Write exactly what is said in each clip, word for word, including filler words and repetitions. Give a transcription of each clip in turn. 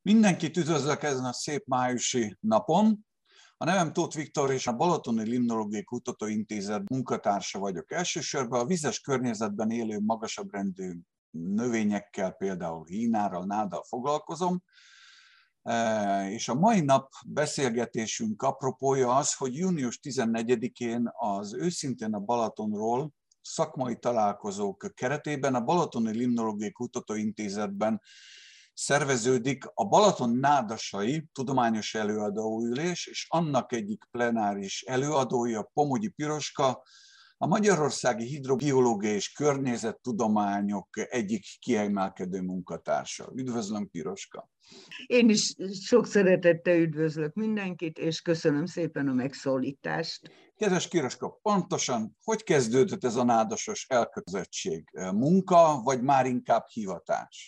Mindenkit üdvözlök ezen a szép májusi napon. A nevem Tóth Viktor, és a Balatoni Limnológiai Kutatóintézet munkatársa vagyok. Elsősorban a vizes környezetben élő magasabb rendű növényekkel, például hínárral, náddal foglalkozom. És a mai nap beszélgetésünk apropója az, hogy június tizennegyedikén az Őszintén a Balatonról szakmai találkozók keretében a Balatoni Limnológiai Kutatóintézetben szerveződik a Balaton nádasai tudományos előadóülés, és annak egyik plenáris előadója Pomogyi Piroska, a Magyarországi Hidrobiológiai és Környezettudományok egyik kiemelkedő munkatársa. Üdvözlöm, Piroska! Én is sok szeretettel üdvözlök mindenkit, és köszönöm szépen a megszólítást. Kedves Piroska, pontosan hogy kezdődött ez a nádasos elkötelezettség? Munka, vagy már inkább hivatás?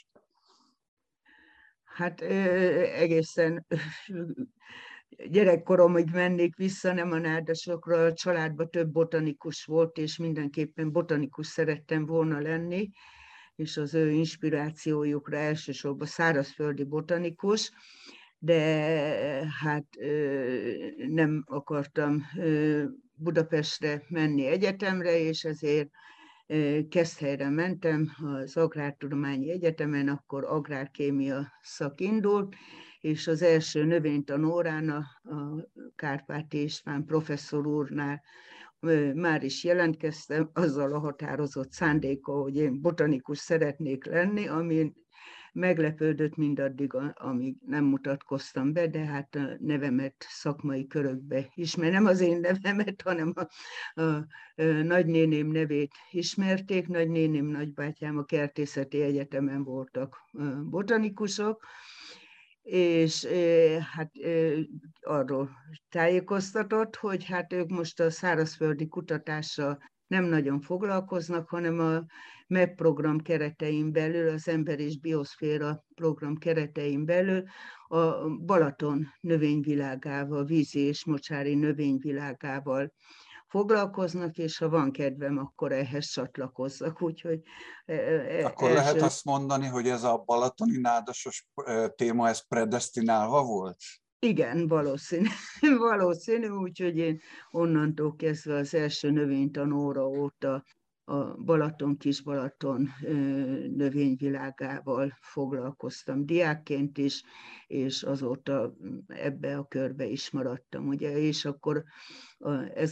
Hát egészen gyerekkoromig mennék vissza, nem a nádasokra, a családban több botanikus volt, és mindenképpen botanikus szerettem volna lenni, és az ő inspirációjukra elsősorban szárazföldi botanikus, de hát nem akartam Budapestre menni egyetemre, és ezért Keszthelyre mentem az Agrártudományi Egyetemen, akkor agrárkémia szak indult, és az első növénytan órán a Kárpáti István professzor úrnál már is jelentkeztem azzal a határozott szándékkal, hogy én botanikus szeretnék lenni, ami meglepődött mindaddig, amíg nem mutatkoztam be, de hát a nevemet szakmai körökbe ismer. Nem az én nevemet, hanem a, a, a nagynéném nevét ismerték. Nagynéném, nagybátyám a Kertészeti Egyetemen voltak botanikusok, és hát arról tájékoztatott, hogy hát ők most a szárazföldi kutatással nem nagyon foglalkoznak, hanem a em e pé program keretein belül, az Ember és Bioszféra program keretein belül a Balaton növényvilágával, vízi és mocsári növényvilágával foglalkoznak, és ha van kedvem, akkor ehhez csatlakozzak. Úgyhogy akkor első... lehet azt mondani, hogy ez a balatoni nádasos téma, ez predesztinálva volt? Igen, valószínű, valószínű, úgyhogy én onnantól kezdve az első növénytanóra óta a Balaton, Kis-Balaton növényvilágával foglalkoztam diákként is, és azóta ebbe a körbe is maradtam, ugye, és akkor a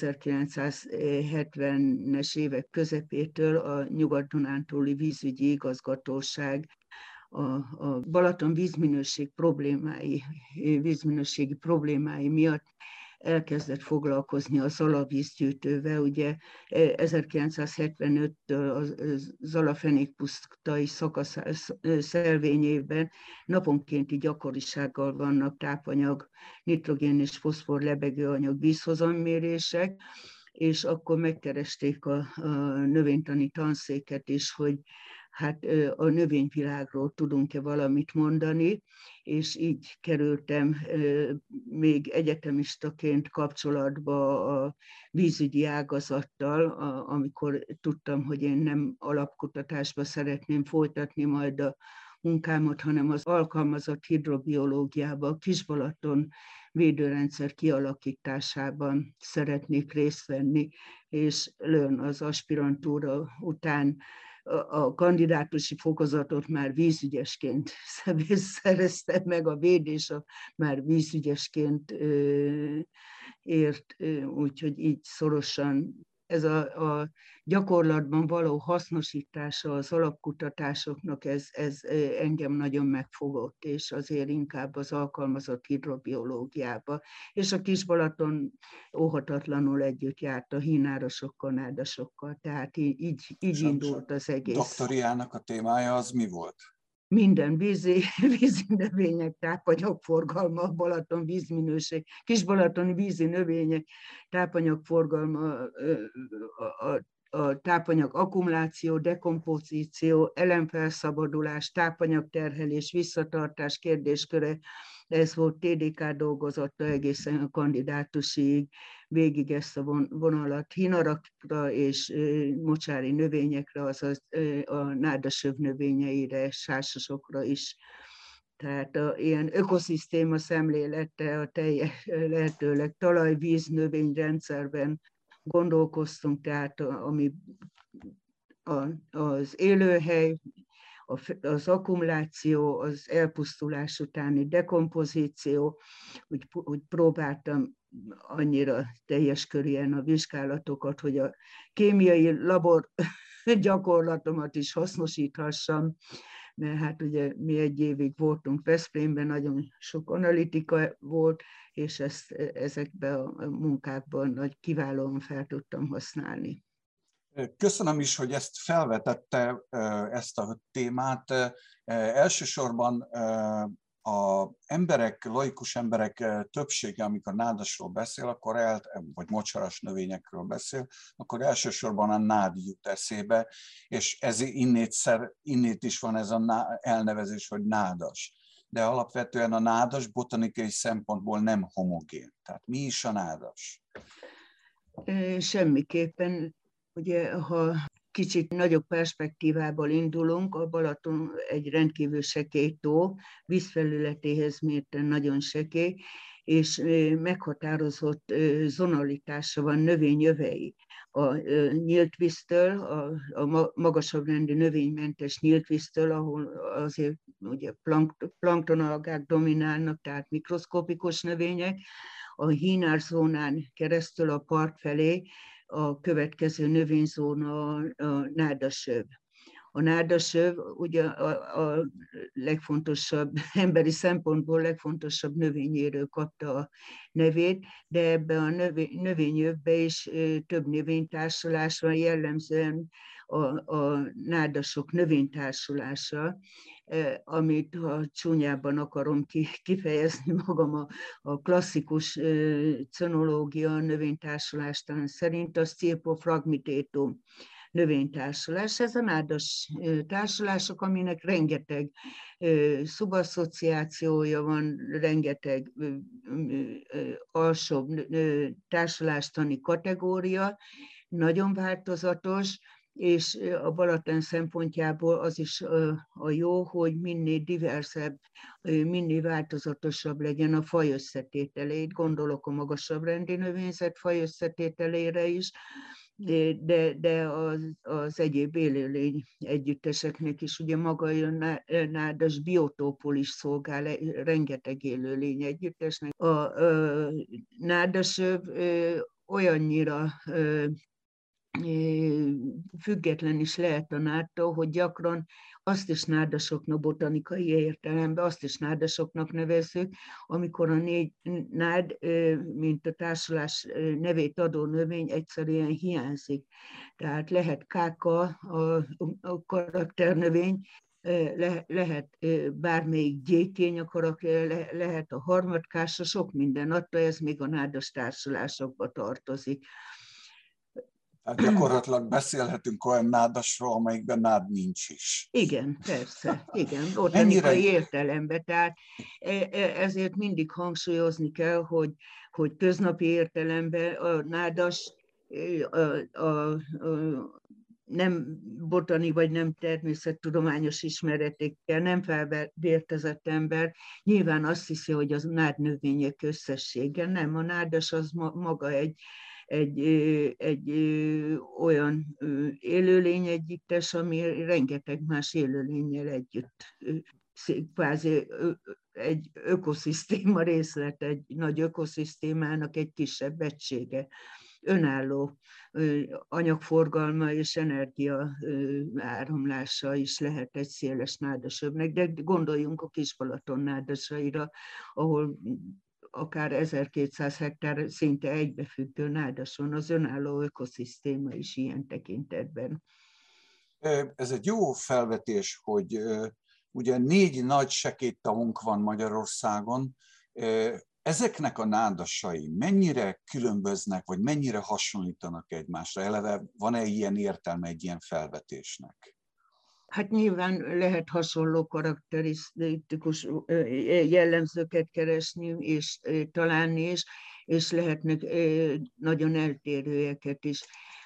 ezerkilencszázhetvenes évek közepétől a Nyugat-Dunántúli vízügyi igazgatóság a, a Balaton vízminőség problémái, vízminőségi problémái miatt elkezdett foglalkozni a Zalavízgyűjtővel. Ugye ezerkilencszázhetvenöttől a Zalafenékpusztai szakasz szelvényében naponkénti gyakorisággal vannak tápanyag, nitrogén és foszfor lebegőanyag vízhozammérések, és akkor megkeresték a, a növénytani tanszéket is, hogy hát a növényvilágról tudunk-e valamit mondani, és így kerültem még egyetemistaként kapcsolatba a vízügyi ágazattal, amikor tudtam, hogy én nem alapkutatásba szeretném folytatni majd a munkámat, hanem az alkalmazott hidrobiológiában, a Kis-Balaton védőrendszer kialakításában szeretnék részt venni, és lőn az aspirantúra után a kandidátusi fokozatot már vízügyesként szereztem meg, a védés a már vízügyesként ért, úgyhogy így szorosan ez a, a gyakorlatban való hasznosítása az alapkutatásoknak, ez, ez engem nagyon megfogott, és azért inkább az alkalmazott hidrobiológiába. És a Kis-Balaton óhatatlanul együtt járt a hínárosokkal, nádasokkal, tehát így, így indult az egész. Doktoriának a témája az mi volt? Minden vízi, vízi növények tápanyagforgalma, a Balaton vízminőség, Kis-Balatoni vízi növények tápanyagforgalma, a, a, a tápanyag akkumuláció, dekompozíció, elemfelszabadulás, tápanyagterhelés, visszatartás kérdésköre. Ez volt té dé ká dolgozata egészen a kandidátusig, végig ezt a vonalat hínarakra és mocsári növényekre, azaz a nádasöv növényeire, sásosokra is Tehát a, ilyen ökoszisztéma szemlélete a teljes lehetőleg talaj-víz növényrendszerben gondolkoztunk, tehát a, ami a, az élőhely, az akkumuláció, az elpusztulás utáni dekompozíció, úgy, úgy próbáltam annyira teljes körűen a vizsgálatokat, hogy a kémiai labor gyakorlatomat is hasznosíthassam, mert hát ugye mi egy évig voltunk Veszprémben, nagyon sok analitika volt, és ezt ezekben a munkákban nagy kiválóan fel tudtam használni. Köszönöm is, hogy ezt felvetette, ezt a témát. Elsősorban az emberek, laikus emberek többsége, amikor nádasról beszél, akkor el, vagy mocsaras növényekről beszél, akkor elsősorban a nád jut eszébe, és ez innét, szer, innét is van ez az elnevezés, hogy nádas. De alapvetően a nádas botanikai szempontból nem homogén. Tehát mi is a nádas? Semmiképpen. Ugye, ha kicsit nagyobb perspektívából indulunk, a Balaton egy rendkívül sekély tó, vízfelületéhez mérten nagyon sekély, és meghatározott zonalitása van növényjövei. A nyílt víztől, a, a magasabb rendi növénymentes nyílt víztől, ahol azért ugye planktonalgák dominálnak, tehát mikroszkopikus növények, a hínárzónán keresztül a part felé a következő növényzóna a nádasöv. A nádasöv ugye a, a legfontosabb, emberi szempontból legfontosabb növényéről kapta a nevét, de ebbe a növényövbe is több növénytársulás van, jellemzően a, a nádasok növénytársulása, amit ha csúnyában akarom kifejezni magam, a, a klasszikus cönológia növénytársulástan szerint a Stirpophragmitatum növénytársulás. Ez a nádas társulások, aminek rengeteg szubasszociációja van, rengeteg alsóbb társulástani kategória, nagyon változatos, és a Balaton szempontjából az is a jó, hogy minél diversebb, minél változatosabb legyen a faj összetétele. Itt gondolok a magasabb rendi növényzet faj összetételére is, de, de az, az egyéb élőlény együtteseknek is, ugye maga a nádas biotópul is szolgál rengeteg élőlény együttesnek. A, a nádasöv olyannyira független is lehet a nádtól, hogy gyakran azt is nádasoknak botanikai értelemben, azt is nádasoknak nevezzük, amikor a négy nád, mint a társulás nevét adó növény egyszerűen hiányzik. Tehát lehet káka a, a karakternövény, Le, lehet bármelyik gyékény a karakter, le, lehet a harmadkása, sok minden adta, ez még a nádas társulásokba tartozik. Hát gyakorlatilag beszélhetünk olyan nádasról, amelyikben nád nincs is. Igen, persze, igen, botanikai Mennyire... értelemben. Tehát ezért mindig hangsúlyozni kell, hogy, hogy köznapi értelemben a nádas a, a, a, nem botani vagy nem természettudományos ismeretekkel, nem felvértezett ember nyilván azt hiszi, hogy az nádnövények összessége. Nem, a nádas az maga egy Egy, egy olyan élőlény együttes, ami rengeteg más élőlénnyel együtt, kvázi egy ökoszisztéma részlet, egy nagy ökoszisztémának egy kisebb egysége, önálló anyagforgalma és energia áramlása is lehet egy széles nádasövnek, de gondoljunk a Kis-Balaton nádasaira, ahol akár ezerkétszáz hektár szinte egybefüggő nádason, az önálló ökoszisztéma is ilyen tekintetben. Ez egy jó felvetés, hogy ugye négy nagy sekélytavunk van Magyarországon. Ezeknek a nádasai mennyire különböznek, vagy mennyire hasonlítanak egymásra? Eleve van-e ilyen értelme egy ilyen felvetésnek? Hát nyilván lehet hasonló karakterisztikus jellemzőket keresni és találni is, és lehetnek nagyon eltérőeket is.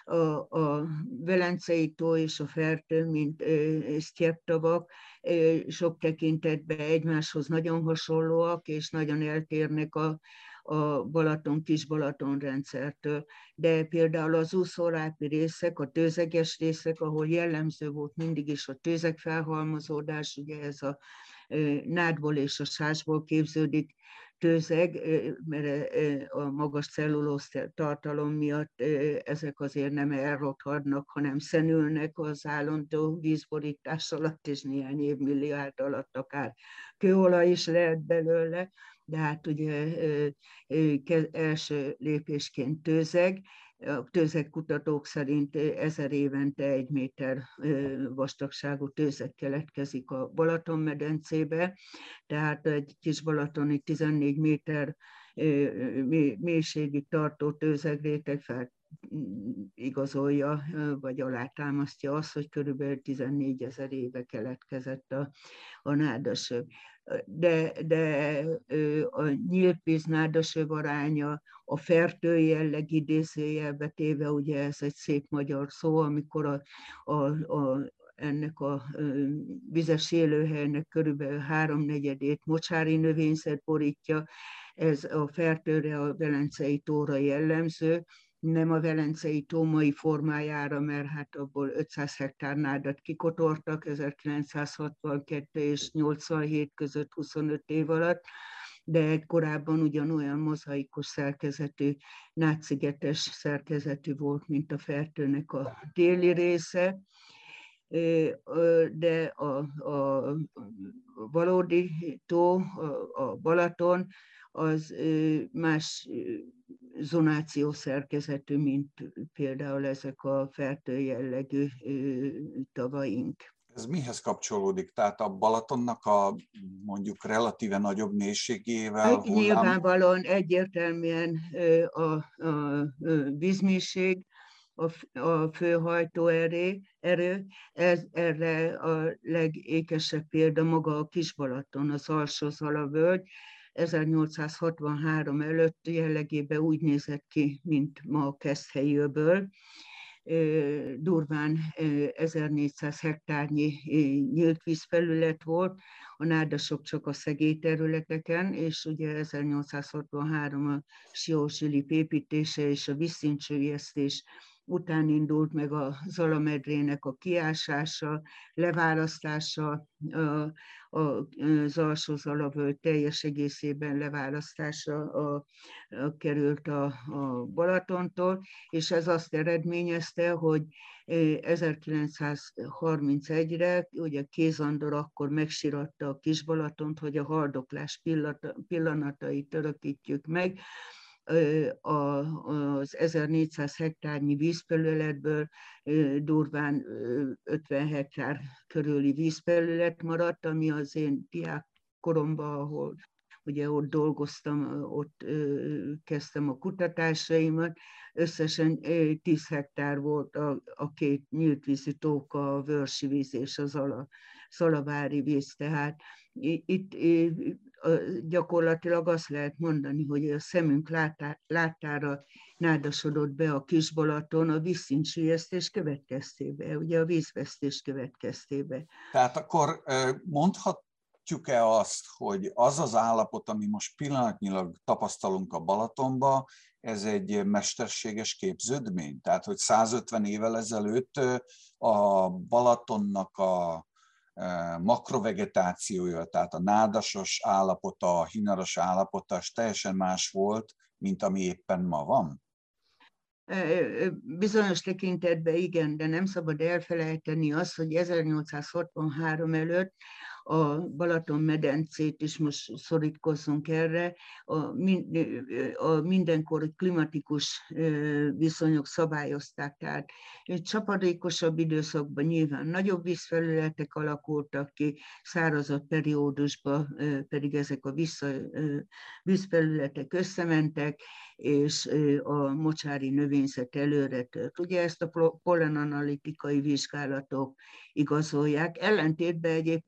a, a Velencei tó és a Fertő, mint sztyepptavak, sok tekintetben egymáshoz nagyon hasonlóak, és nagyon eltérnek a, a Balaton-Kis-Balaton rendszertől. De például az úszórápi részek, a tőzeges részek, ahol jellemző volt mindig is a tőzegfelhalmozódás, ugye ez a nádból és a sásból képződik tőzeg, mert a magas cellulóz tartalom miatt ezek azért nem elrothadnak, hanem szenülnek az állandó vízborítás alatt, és néhány évmilliárd alatt akár kőolaj is lehet belőle, de hát ugye első lépésként tőzeg. A tőzegkutatók szerint ezer évente egy méter vastagságú tőzeg keletkezik a Balatonmedencébe, tehát egy kis balatoni tizennégy méter mélységig tartó tőzegréteg fel igazolja, vagy alátámasztja azt, hogy körülbelül tizennégyezer éve keletkezett a, a nádasöv. De, de a nyílt víz nádasöv aránya, a fertő jelleg idézőjelbe téve, ugye ez egy szép magyar szó, amikor a, a, a ennek a vizes élőhelynek körülbelül háromnegyedét mocsári növényzet borítja, ez a fertőre, a Velencei tóra jellemző, nem a Velencei tó mai formájára, mert hát abból ötszáz hektár nádat kikotortak ezerkilencszázhatvankettő és nyolcvanhét között huszonöt év alatt, de korábban ugyanolyan mozaikos szerkezetű, nádszigetes szerkezetű volt, mint a fertőnek a déli része, de a, a valódi tó, a Balaton, az más zonáció szerkezetű, mint például ezek a fertő jellegű tavaink. Ez mihez kapcsolódik? Tehát a Balatonnak a mondjuk relatíve nagyobb mélységével? Hullám... Nyilvánvalóan egyértelműen a, a, a vízmélység, a, a főhajtóerő, erő, ez, erre a legékesebb példa maga a Kis-Balaton, az Alsó-Zalavölgy. ezernyolcszázhatvanhárom előtt jellegében úgy nézett ki, mint ma a Keszthelyi öböl. Durván ezernégyszáz hektárnyi nyílt vízfelület volt, a nádasok csak a szegély területeken, és ugye ezernyolcszázhatvanhárom a Siózsilip építése és a vízszintcsőjesztés után indult meg a Zalamedrének a kiásása, leválasztása, az Alsó-Zalavölgy teljes egészében leválasztása a, a, került a, a Balatontól, és ez azt eredményezte, hogy ezerkilencszázharmincegyre ugye Kéz Andor akkor megsiratta a Kis-Balatont, hogy a haldoklás pillanatait örökítjük meg. Az ezernégyszáz hektárnyi vízfelületből durván ötven hektár körüli vízfelület maradt, ami az én diákkoromban, ahol ugye ott dolgoztam, ott kezdtem a kutatásaimat, összesen tíz hektár volt a, a két nyíltvízi tóka, a Vörsi víz és az Zala, Szalavári víz, tehát itt gyakorlatilag azt lehet mondani, hogy a szemünk látá, látára nádasodott be a Kis-Balaton a vízszintsüllyesztés következtében, ugye a vízvesztés következtében. Tehát akkor mondhatjuk-e azt, hogy az az állapot, ami most pillanatnyilag tapasztalunk a Balatonban, ez egy mesterséges képződmény? Tehát, hogy százötven évvel ezelőtt a Balatonnak a makrovegetációja, tehát a nádasos állapota, a hínaras állapota teljesen más volt, mint ami éppen ma van? Bizonyos tekintetben igen, de nem szabad elfelejteni azt, hogy ezernyolcszázhatvanhárom előtt a Balaton-medencét is most szorítkozzunk erre, a, a mindenkori klimatikus viszonyok szabályozták, tehát csapadékosabb időszakban nyilván nagyobb vízfelületek alakultak ki, szárazabb periódusban pedig ezek a vízfelületek összementek, és a mocsári növényzet előre tört. Ugye ezt a pollenanalitikai vizsgálatok igazolják. Ellentétben egyébként a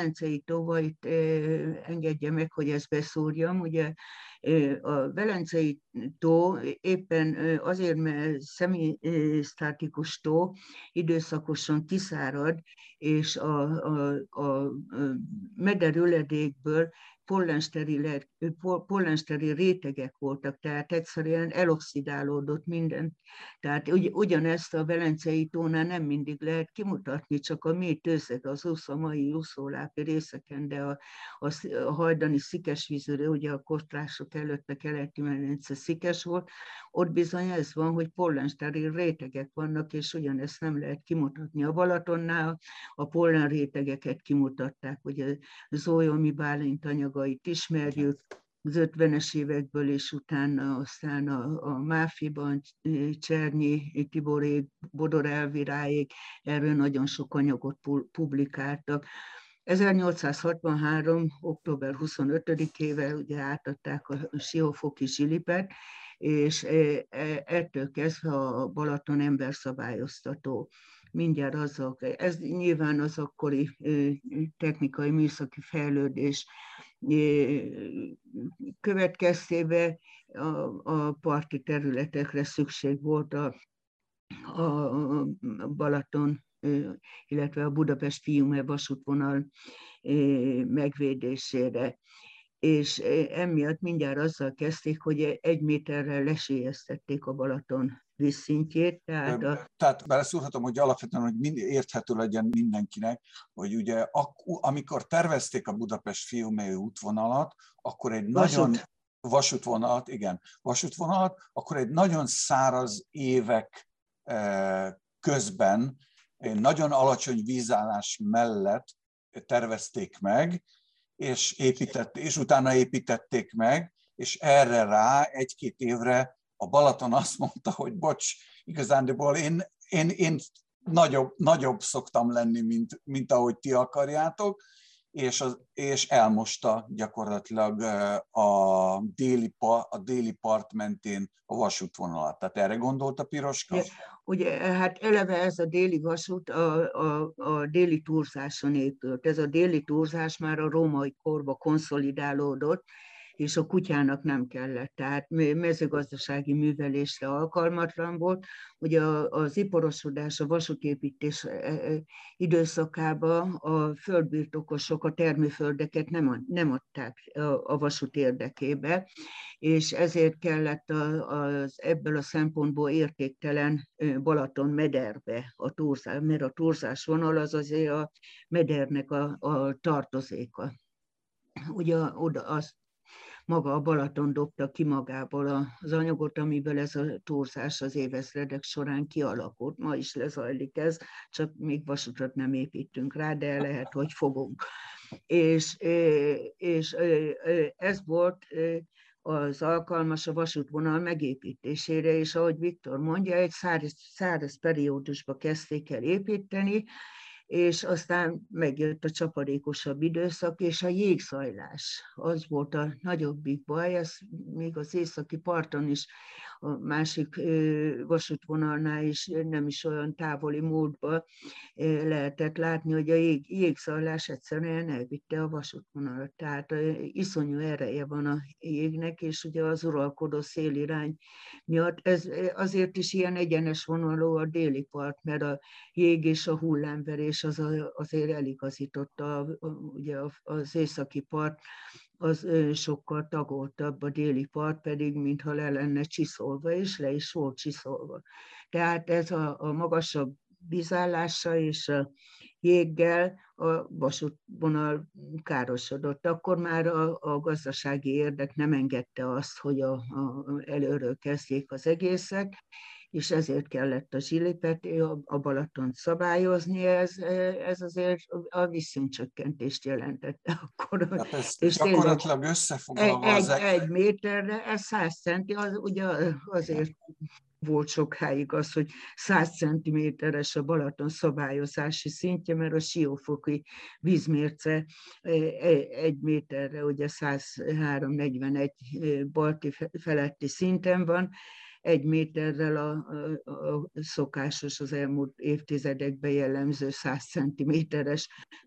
Velencei tóval itt engedje meg, hogy ezt beszúrjam. Ugye a Velencei tó éppen azért, mert szemisztátikus tó, időszakosan kiszárad, és a, a, a mederüledékből pollensteril, pollensteril rétegek voltak, tehát egyszerűen eloxidálódott minden. Tehát ugy, ugyanezt a Velencei tónál nem mindig lehet kimutatni, csak a mély tőzeg, az úsz, a mai úszólápi részeken, de a, a, a hajdani szikesvízűre, ugye a kotlások előtt a keleti medence szikes volt, ott bizony ez van, hogy pollensteril rétegek vannak, és ugyanezt nem lehet kimutatni. A Balatonnál a pollen rétegeket kimutatták, ugye zójomi bálint anyagait ismerjük, az ötvenes évekből, és utána aztán a, a Máfiban, Csernyi, Tiborék, Bodor Elviráék erről nagyon sok anyagot publikáltak. ezernyolcszázhatvanhárom. október huszonötödikével ugye átadták a siófoki zsilipet, és ettől kezdve a Balaton emberszabályoztató. Mindjárt azzal, ez nyilván az akkori technikai műszaki fejlődés következtében a, a parti területekre szükség volt a, a Balaton, illetve a Budapest-Fiume vasútvonal megvédésére. És emiatt mindjárt azzal kezdték, hogy egy méterrel lesélyeztették a Balaton vízszintjét. Tehát, a... tehát beleszúrhatom, hogy alapvetően, hogy mind, érthető legyen mindenkinek, hogy ugye amikor tervezték a Budapest-Fiume útvonalat, akkor egy Vasút. nagyon vasútvonalat, igen, vasútvonalat, akkor egy nagyon száraz évek közben, nagyon alacsony vízállás mellett tervezték meg, és, épített, és utána építették meg, és erre rá egy-két évre a Balaton azt mondta, hogy bocs, igazándiból én, én, én nagyobb, nagyobb szoktam lenni, mint, mint ahogy ti akarjátok, és, az, és elmosta gyakorlatilag a déli, a déli part mentén a vasútvonalat. Tehát erre gondolt a Piroska? Ja, ugye, hát eleve ez a déli vasút a, a, a déli túrzáson épült. Ez a déli túrzás már a római korba konszolidálódott, és a kutyának nem kellett, tehát mezőgazdasági művelésre alkalmatlan volt. Ugye az iparosodás, a vasútépítés időszakában a földbirtokosok a termőföldeket nem, nem adták a vasút érdekébe, és ezért kellett az ebből a szempontból értéktelen Balaton mederbe a túrzás, mert a túrzás vonal az azért a medernek a, a tartozéka. Ugye oda azt maga a Balaton dobta ki magából az anyagot, amiből ez a túrzás az évezredek során kialakult. Ma is lezajlik ez, csak még vasutat nem építünk rá, de lehet, hogy fogunk. És, és ez volt az alkalmas a vasútvonal megépítésére, és ahogy Viktor mondja, egy száraz, száraz periódusba kezdték el építeni, és aztán megjött a csapadékosabb időszak, és a jégzajlás. Az volt a nagyobbik baj, ez még az északi parton is, a másik vasútvonalnál is nem is olyan távoli múltban lehetett látni, hogy a jég, jégzajlás egyszerűen elvitte a vasútvonalat. Tehát iszonyú ereje van a jégnek, és ugye az uralkodó szélirány miatt ez azért is ilyen egyenes vonalú a déli part, mert a jég és a hullámverés az azért eligazította, ugye az északi part az sokkal tagoltabb, a déli part pedig, mintha le lenne csiszolva, és le is volt csiszolva. Tehát ez a, a magasabb vízállása és a jéggel a vasútvonal károsodott. Akkor már a, a gazdasági érdek nem engedte azt, hogy a, a, előről kezdjék az egészet, és ezért kellett a zsilipet, a Balatont szabályozni, ez, ez azért a vízszintcsökkentést jelentette akkor. Hát ez és gyakorlatilag összefoglalva egy, az... Egy, egy méterre, ez száz centi, az, ugye azért volt sokáig az, hogy száz centiméteres a Balaton szabályozási szintje, mert a siófoki vízmérce egy méterre ugye száz három negyvenegy balti feletti szinten van, egy méterrel a, a, a szokásos, az elmúlt évtizedekben jellemző száz centiméteres.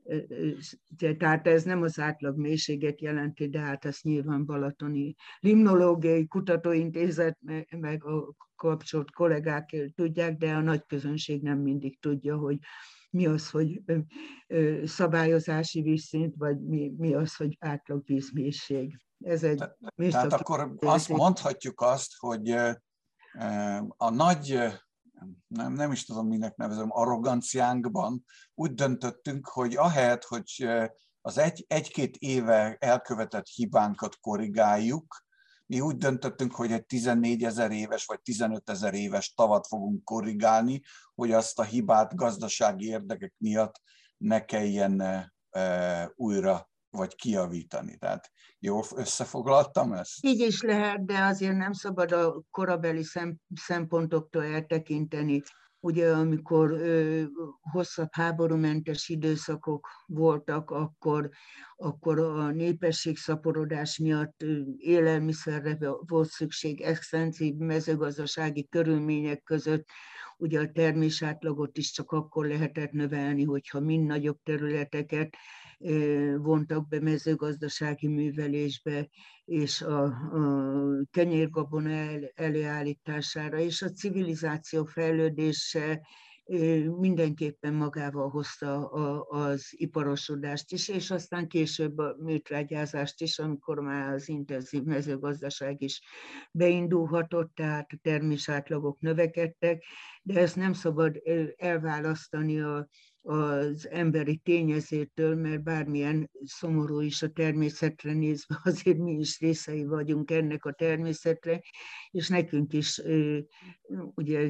Tehát ez nem az átlag mélységet jelenti, de hát ezt nyilván Balatoni Limnológiai Kutatóintézet meg a kapcsolt kollégák tudják, de a nagy közönség nem mindig tudja, hogy mi az, hogy szabályozási vízszint, vagy mi, mi az, hogy átlag vízmélység. Ez egy Te, tehát akkor azt mondhatjuk azt, hogy a nagy, nem, nem is tudom, minek nevezem, arroganciánkban úgy döntöttünk, hogy ahelyett, hogy az egy, egy-két éve elkövetett hibánkat korrigáljuk, mi úgy döntöttünk, hogy egy tizennégyezer éves vagy tizenötezer éves tavat fogunk korrigálni, hogy azt a hibát gazdasági érdekek miatt ne kelljen e, újra vagy kijavítani. Tehát jól összefoglaltam ezt? Így is lehet, de azért nem szabad a korabeli szempontoktól eltekinteni. Ugye amikor ö, hosszabb háborúmentes időszakok voltak, akkor, akkor a népességszaporodás miatt élelmiszerre volt szükség extenzív mezőgazdasági körülmények között. Ugye a termésátlagot is csak akkor lehetett növelni, hogyha mind nagyobb területeket ö, vontak be mezőgazdasági művelésbe, és a, a kenyérgabona el, előállítására, és a civilizáció fejlődése mindenképpen magával hozta a, az iparosodást is, és aztán később a műtrágyázást is, amikor már az intenzív mezőgazdaság is beindulhatott, tehát a termésátlagok növekedtek, de ezt nem szabad elválasztani a az emberi tényezőtől, mert bármilyen szomorú is a természetre nézve, azért mi is részei vagyunk ennek a természetre, és nekünk is ugye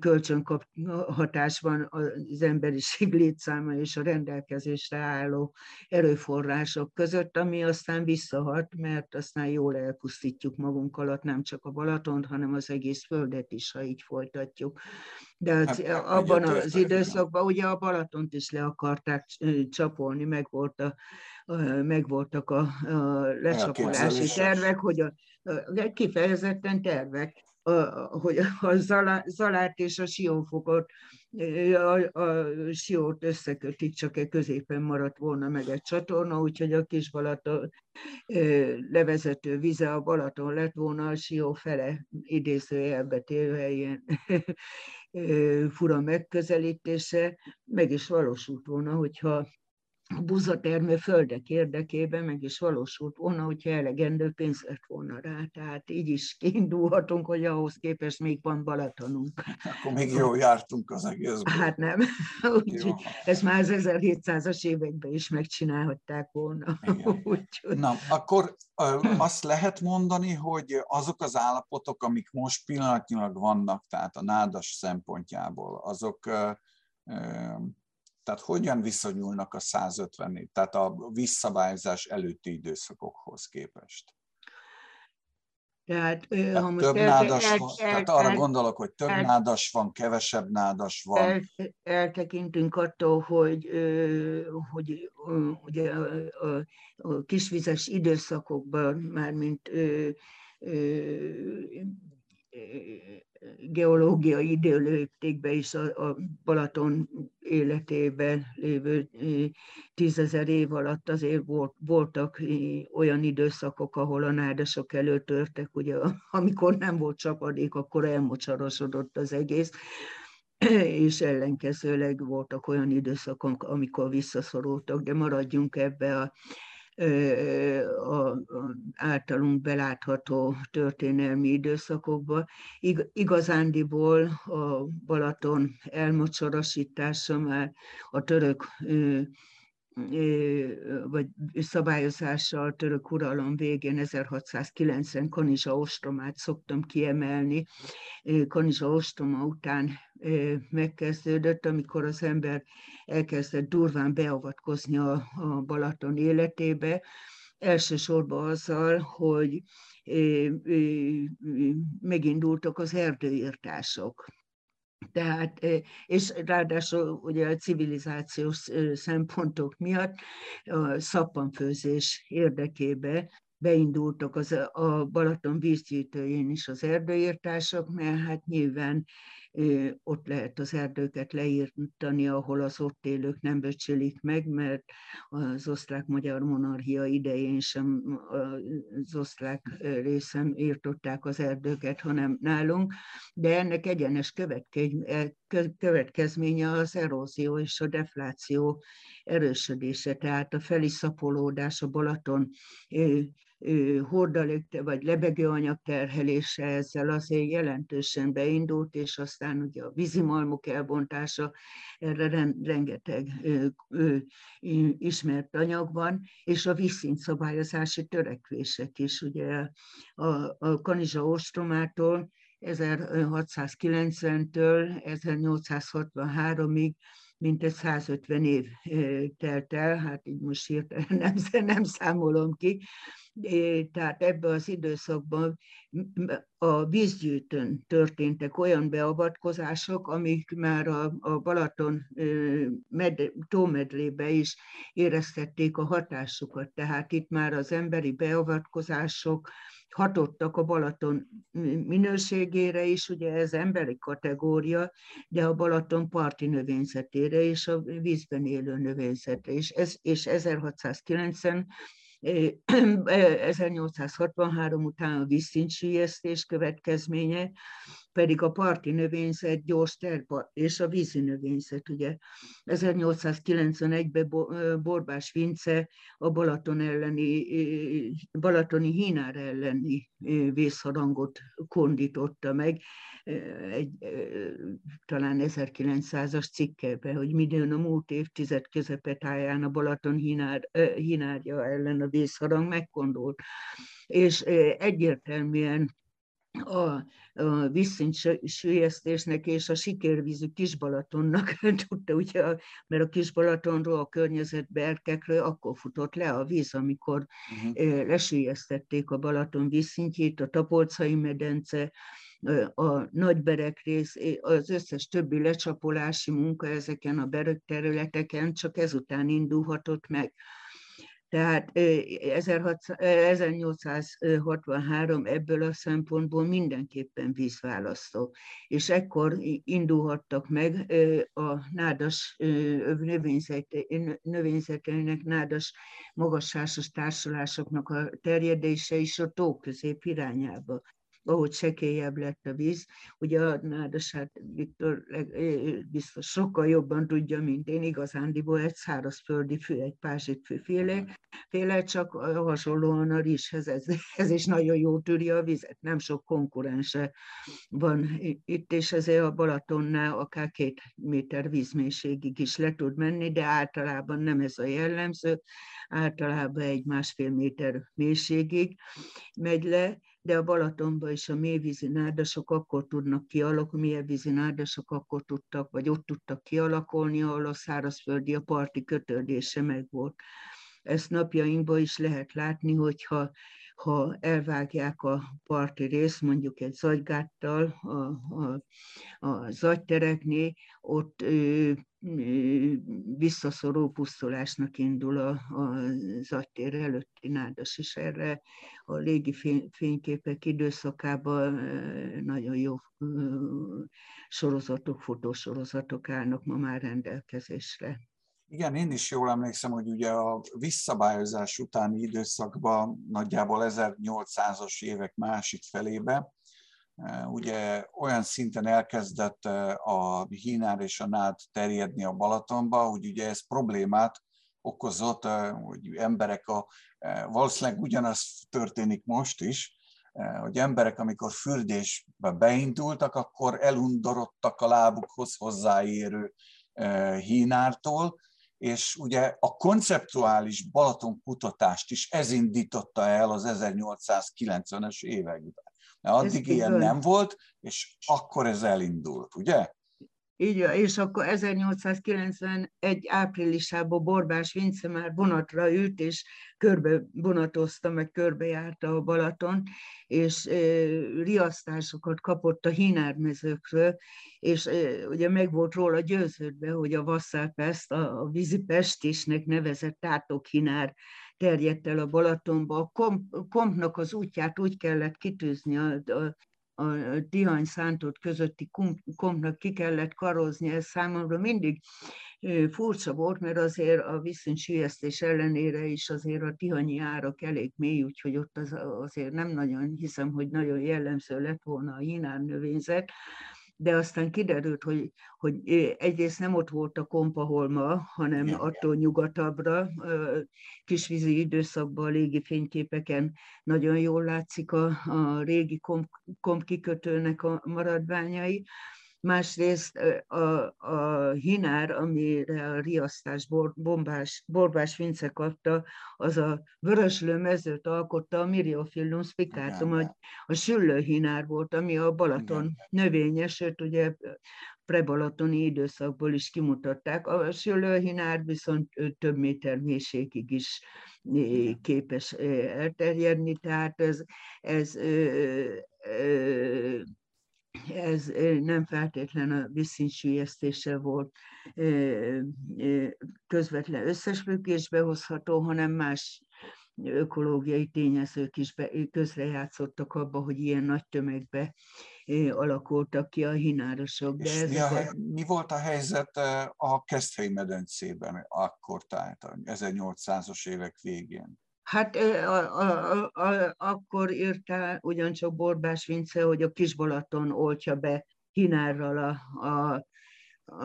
kölcsönhatás van az emberiség létszáma és a rendelkezésre álló erőforrások között, ami aztán visszahat, mert aztán jól elpusztítjuk magunk alatt nem csak a Balatont, hanem az egész földet is, ha így folytatjuk. De az, abban az időszakban ugye a Balatont is le akarták csapolni, meg, volt a, meg voltak a, a lecsapolási tervek, hogy a, a, kifejezetten tervek, a, hogy a Zalát és a Siófokot, a, a Siót összekötik, csak egy középen maradt volna meg egy csatorna, úgyhogy a kis Balaton levezető vize a Balaton lett volna, a Sió fele idézőjelbe téve ilyen fura megközelítése, meg is valósult volna, hogyha a buzatermő földek érdekében meg is valósult volna, hogyha elegendő pénz lett volna rá. Tehát így is kiindulhatunk, hogy ahhoz képest még van Balatonunk. Akkor még jól jártunk az egészből. Hát nem. Úgyhogy ezt már az ezerhétszázas években is megcsinálhatták volna. Úgyhogy... Na, akkor azt lehet mondani, hogy azok az állapotok, amik most pillanatnyilag vannak, tehát a nádas szempontjából, azok... Tehát hogyan viszonyulnak a százötven, tehát a vízszabályozás előtti időszakokhoz képest? Tehát, tehát ha most több el, nádas el, van, el, tehát arra el, gondolok, hogy több el, nádas van, kevesebb nádas van. El, eltekintünk attól, hogy, hogy ugye a, a, a kisvizes időszakokban, mármint geológiai időléptékben is a, a Balaton életében lévő tízezer év alatt azért volt, voltak olyan időszakok, ahol a nádasok előtörtek, ugye, amikor nem volt csapadék, akkor elmocsarosodott az egész, és ellenkezőleg voltak olyan időszakok, amikor visszaszorultak, de maradjunk ebbe a A, a általunk belátható történelmi időszakokban. Igazándiból a Balaton elmocsorosítása már a török vagy szabályozással a török uralom végén ezerhatszázkilencven Kanizsa ostromát szoktam kiemelni. Kanizsa ostroma után megkezdődött, amikor az ember elkezdett durván beavatkozni a, a Balaton életébe, elsősorban azzal, hogy megindultak az erdőirtások. Tehát, és ráadásul ugye a civilizációs szempontok miatt a szappanfőzés érdekében beindultak az, a Balaton vízgyűjtőjén is az erdőírtások, mert hát nyilván ott lehet az erdőket leírtani, ahol az ott élők nem becsülik meg, mert az osztrák-magyar monarchia idején sem az osztrák részen írtották az erdőket, hanem nálunk, de ennek egyenes következménye az erózió és a defláció erősödése, tehát a feliszapolódás, a Balaton hordalék vagy lebegőanyag terhelése ezzel azért jelentősen beindult, és aztán ugye a vízimalmok elbontása, erre rengeteg ö, ö, ismert anyag van, és a vízszintszabályozási törekvések is. Ugye a, a Kanizsa ostromától ezerhatszázkilencventől ezernyolcszázhatvanháromig mintegy százötven év telt el, hát így most hirtelen nem, nem számolom ki. Tehát ebben az időszakban a vízgyűjtőn történtek olyan beavatkozások, amik már a, a Balaton med, tómedrébe is éreztették a hatásukat. Tehát itt már az emberi beavatkozások hatottak a Balaton minőségére is, ugye ez emberi kategória, de a Balaton parti növényzetére és a vízben élő növényzetre is. Ez, és ezerhatszázkilencven ezernyolcszázhatvanhárom után a vízszintsüllyesztés következménye, pedig a parti növényzet gyors terpa, és a vízi növényzet. Ugye ezernyolcszázkilencvenegyben Borbás Vince a Balaton elleni, balatoni hínár elleni vészharangot kondította meg, egy, talán ezerkilencszázas cikkebe, hogy midőn a múlt évtized közepetáján a Balaton hínár, hínárja ellen a vészharang megkondult. És egyértelműen a, a vízszintsüllyesztésnek és a sikérvízű Kisbalatonnak tudta, ugye, mert a Kisbalatonról, a környezetbe erkekről akkor futott le a víz, amikor uh-huh. lesüllyesztették a Balaton vízszintjét, a Tapolcai medence, a Nagyberek rész, az összes többi lecsapolási munka ezeken a berög területeken csak ezután indulhatott meg. Tehát ezernyolcszázhatvanhárom ebből a szempontból mindenképpen vízválasztó. És ekkor indulhattak meg a nádas növényzeteinek, nádas magassásos társulásoknak a terjedése is a tó közép irányába, ahogy sekélyebb lett a víz. Ugye a nádasát Viktor biztos sokkal jobban tudja, mint én, igazándiból egy szárazföldi fű, egy pázsitfűféle, féle, csak hasonlóan a rizshez, ez, ez is nagyon jó tűri a vizet, nem sok konkurense van itt, és ezért a Balatonnál akár két méter vízmélységig is le tud menni, de általában nem ez a jellemző, általában egy másfél méter mélységig megy le, de a Balatonban is a mélyvízi nádasok akkor tudnak kialakulni, mélyvízi nádasok akkor tudtak, vagy ott tudtak kialakulni, ahol a szárazföldi, a parti kötődése megvolt. Ezt napjainkban is lehet látni, hogyha ha elvágják a parti részt, mondjuk egy zagygáttal a, a, a zagytereknél, ott ö, ö, visszaszoró pusztulásnak indul a, a zagytér előtti nádas is. Erre a légi fény, fényképek időszakában ö, nagyon jó ö, sorozatok, fotósorozatok állnak ma már rendelkezésre. Igen, én is jól emlékszem, hogy ugye a vízszabályozás utáni időszakban, nagyjából ezernyolcszázas évek másik felébe, ugye olyan szinten elkezdett a hínár és a nád terjedni a Balatonba, hogy ugye ez problémát okozott, hogy emberek, a, valószínűleg ugyanaz történik most is, hogy emberek, amikor fürdésbe beindultak, akkor elundorodtak a lábukhoz hozzáérő hínártól, és ugye a konceptuális Balaton kutatást is ez indította el az ezernyolcszázkilencvenes években. De addig ez ilyen nem volt, és akkor ez elindult, ugye? Így, és akkor ezernyolcszázkilencvenegy áprilisában Borbás Vince már vonatra ült, és körbe vonatozta, meg körbejárta a Balaton, és e, riasztásokat kapott a hínármezőkről, és e, ugye meg volt róla győződve, hogy a Vasszálpest, a, a vízipestisnek nevezett tátokhínár terjedt el a Balatonba. A komp, kompnak az útját úgy kellett kitűzni, a, a, a Tihany-Szántód közötti kompnak ki kellett karozni, ez számomra mindig furcsa volt, mert azért a vízszintsüllyesztés ellenére is azért a tihanyi árak elég mély, úgyhogy ott az, azért nem nagyon hiszem, hogy nagyon jellemző lett volna a hínár növényzet, de aztán kiderült, hogy, hogy egyrészt nem ott volt a Kompaholma, hanem igen, attól nyugatabbra, kisvízi időszakban a légi fényképeken nagyon jól látszik a, a régi komp, komp kikötőnek a maradványai. Másrészt a, a hinár, amire a riasztás bombás, Borbás Vince kapta, az a vöröslő mezőt alkotta, a Myriophyllum spicatum, a, a süllőhinár volt, ami a Balaton igen, növénye, sőt ugye prebalatoni időszakból is kimutatták. A süllőhinár viszont több méter mélységig is igen, képes elterjedni, tehát ez, ez ö, ö, ez nem feltétlen a vízszintsüllyesztéssel volt közvetlen összefüggésbe hozható, hanem más ökológiai tényezők is közrejátszottak abba, hogy ilyen nagy tömegbe alakultak ki a hinárosok. És mi, a, a... mi volt a helyzet a Keszthelyi-medencében akkor, tehát ezernyolcszázas évek végén? Hát a, a, a, akkor írta ugyancsak Borbás Vince, hogy a Kis-Balaton oltja be hinárral a, a, a,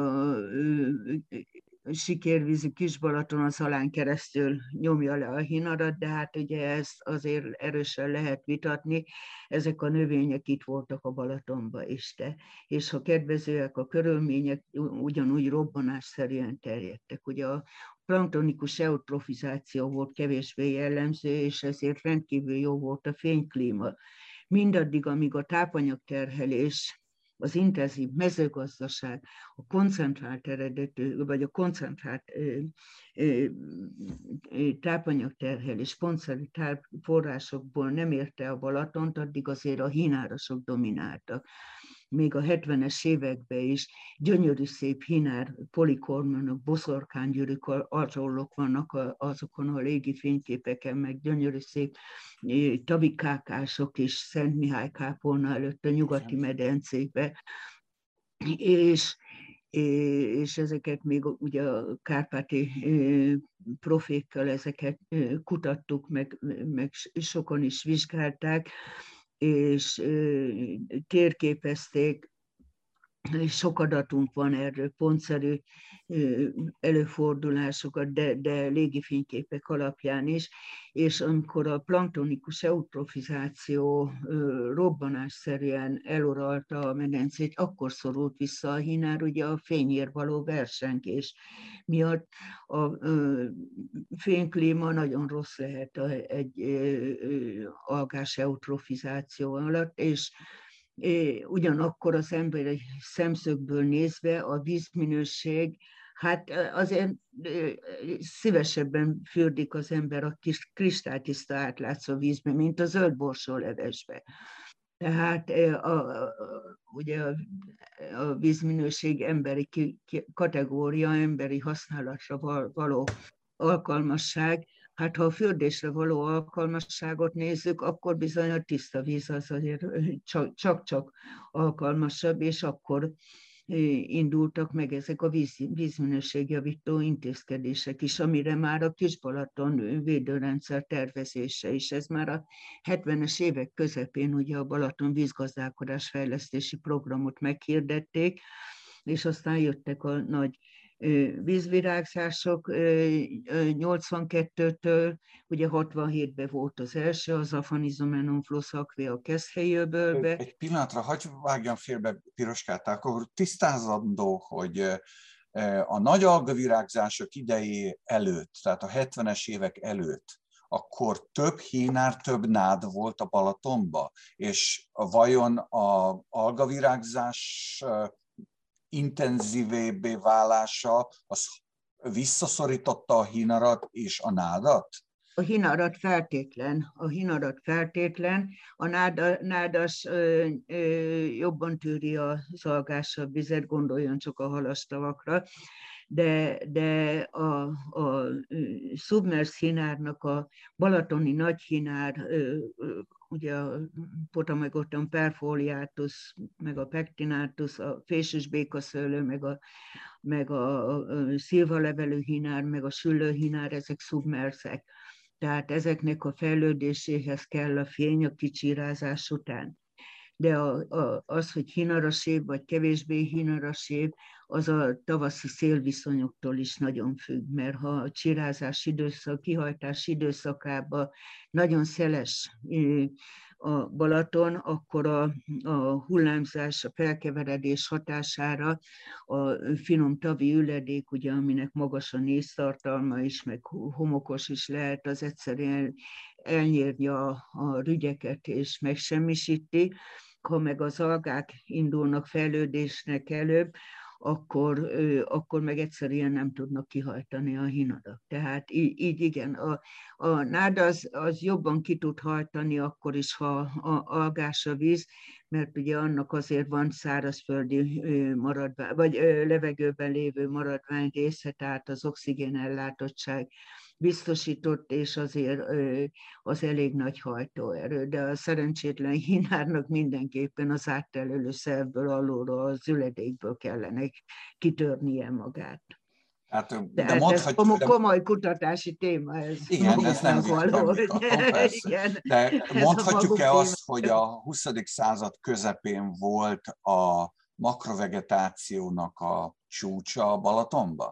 a sikérvízi Kis-Balaton a Zalán keresztül nyomja le a hinarat, de hát ugye ezt azért erősen lehet vitatni. Ezek a növények itt voltak a Balatonban is, de, és ha kedvezőek a körülmények, ugyanúgy robbanásszerűen terjedtek. Ugye a planktonikus eutrofizáció volt kevésbé jellemző, és ezért rendkívül jó volt a fényklíma. Mindaddig, amíg a tápanyagterhelés, az intenzív mezőgazdaság, a koncentrált eredetű, vagy a koncentrált ö, ö, ö, tápanyagterhelés pontszerű forrásokból nem érte a Balatont, addig azért a hinárosok domináltak. Még a hetvenes években is gyönyörű szép hinár polikormonok, boszorkánygyűrűk, arzollok vannak azokon a légi fényképeken, meg gyönyörű szép tavikákások is Szent Mihály kápolna előtt a nyugati medencébe. És és ezeket még ugye a kárpáti profékkal ezeket kutattuk, meg, meg sokan is vizsgálták, és térképezték, és sok adatunk van erről, pontszerű előfordulásokat, de, de légifényképek alapján is, és amikor a planktonikus eutrofizáció robbanásszerűen eluralta a medencét, akkor szorult vissza a hinár, ugye a fényért való versengés miatt. A fényklíma nagyon rossz lehet egy algás eutrofizáció alatt, és ugyanakkor az emberi szemszögből nézve a vízminőség, hát azért szívesebben fürdik az ember a kis kristálytiszta átlátszó vízbe, mint a zöld borsólevesbe. Tehát a, a, ugye a, a vízminőség emberi ki, ki, kategória, emberi használatra való alkalmasság. Hát ha a fürdésre való alkalmasságot nézzük, akkor bizony a tiszta víz az azért csak-csak alkalmasabb, és akkor indultak meg ezek a víz, vízminőségjavító intézkedések is, amire már a Kis-Balaton védőrendszer tervezése is. Ez már a hetvenes évek közepén ugye a Balaton vízgazdálkodás fejlesztési programot meghirdették, és aztán jöttek a nagy vízvirágzások nyolcvankettőtől, ugye hatvanhétben volt az első, az Aphanizomenon flossakvé a Keszthelyi öbölbe. Egy pillanatra, hagyj vágjam félbe, Piroskát, akkor tisztázandó, hogy a nagy algavirágzások idejé előtt, tehát a hetvenes évek előtt, akkor több hínár, több nád volt a Balatonba, és vajon az algavirágzás intenzívébbé válása, az visszaszorította a hínarat és a nádat? A hínarat feltétlen, a hínarat feltétlen, a náda, nádas ö, ö, jobban tűri az algásabb vizet, gondoljon csak a halastavakra. de, de a, a szubmersz hinárnak a balatoni nagyhinár, ugye a Potamogeton perfoliatus, meg a pectinatus, a fésűs békaszőlő, meg a, meg a, a szilvalevelű hinár, meg a süllőhinár, ezek szubmerszek. Tehát ezeknek a fejlődéséhez kell a fény a kicsírázás után. De a, a, az, hogy hinarasébb vagy kevésbé hinarasébb, az a tavaszi szélviszonyoktól is nagyon függ, mert ha a csirázás időszak, kihajtás időszakában nagyon szeles a Balaton, akkor a, a hullámzás, a felkeveredés hatására a finom tavi üledék, ugye, aminek magas a néztartalma is, meg homokos is lehet, az egyszerűen elnyírja a, a rügyeket és megsemmisíti. Ha meg az algák indulnak fejlődésnek előbb, akkor, akkor meg egyszerűen nem tudnak kihajtani a hinadak. Tehát így, így igen, a, a nád az, az jobban ki tud hajtani akkor is, ha a, algás a víz, mert ugye annak azért van szárazföldi maradvány, vagy levegőben lévő maradvány része, tehát az oxigénellátottság biztosított, és azért az elég nagy hajtóerő, de a szerencsétlen hinárnak mindenképpen az áttelülő szervből, alulról, az üledékből kellene kitörnie magát. Hát, de, de hát mondhatjuk, ez komoly kutatási téma. Ez igen, ez nem, való, nem vitatom, persze. Igen, de mondhatjuk-e azt, hogy a huszadik század közepén volt a makrovegetációnak a csúcsa a Balatonban?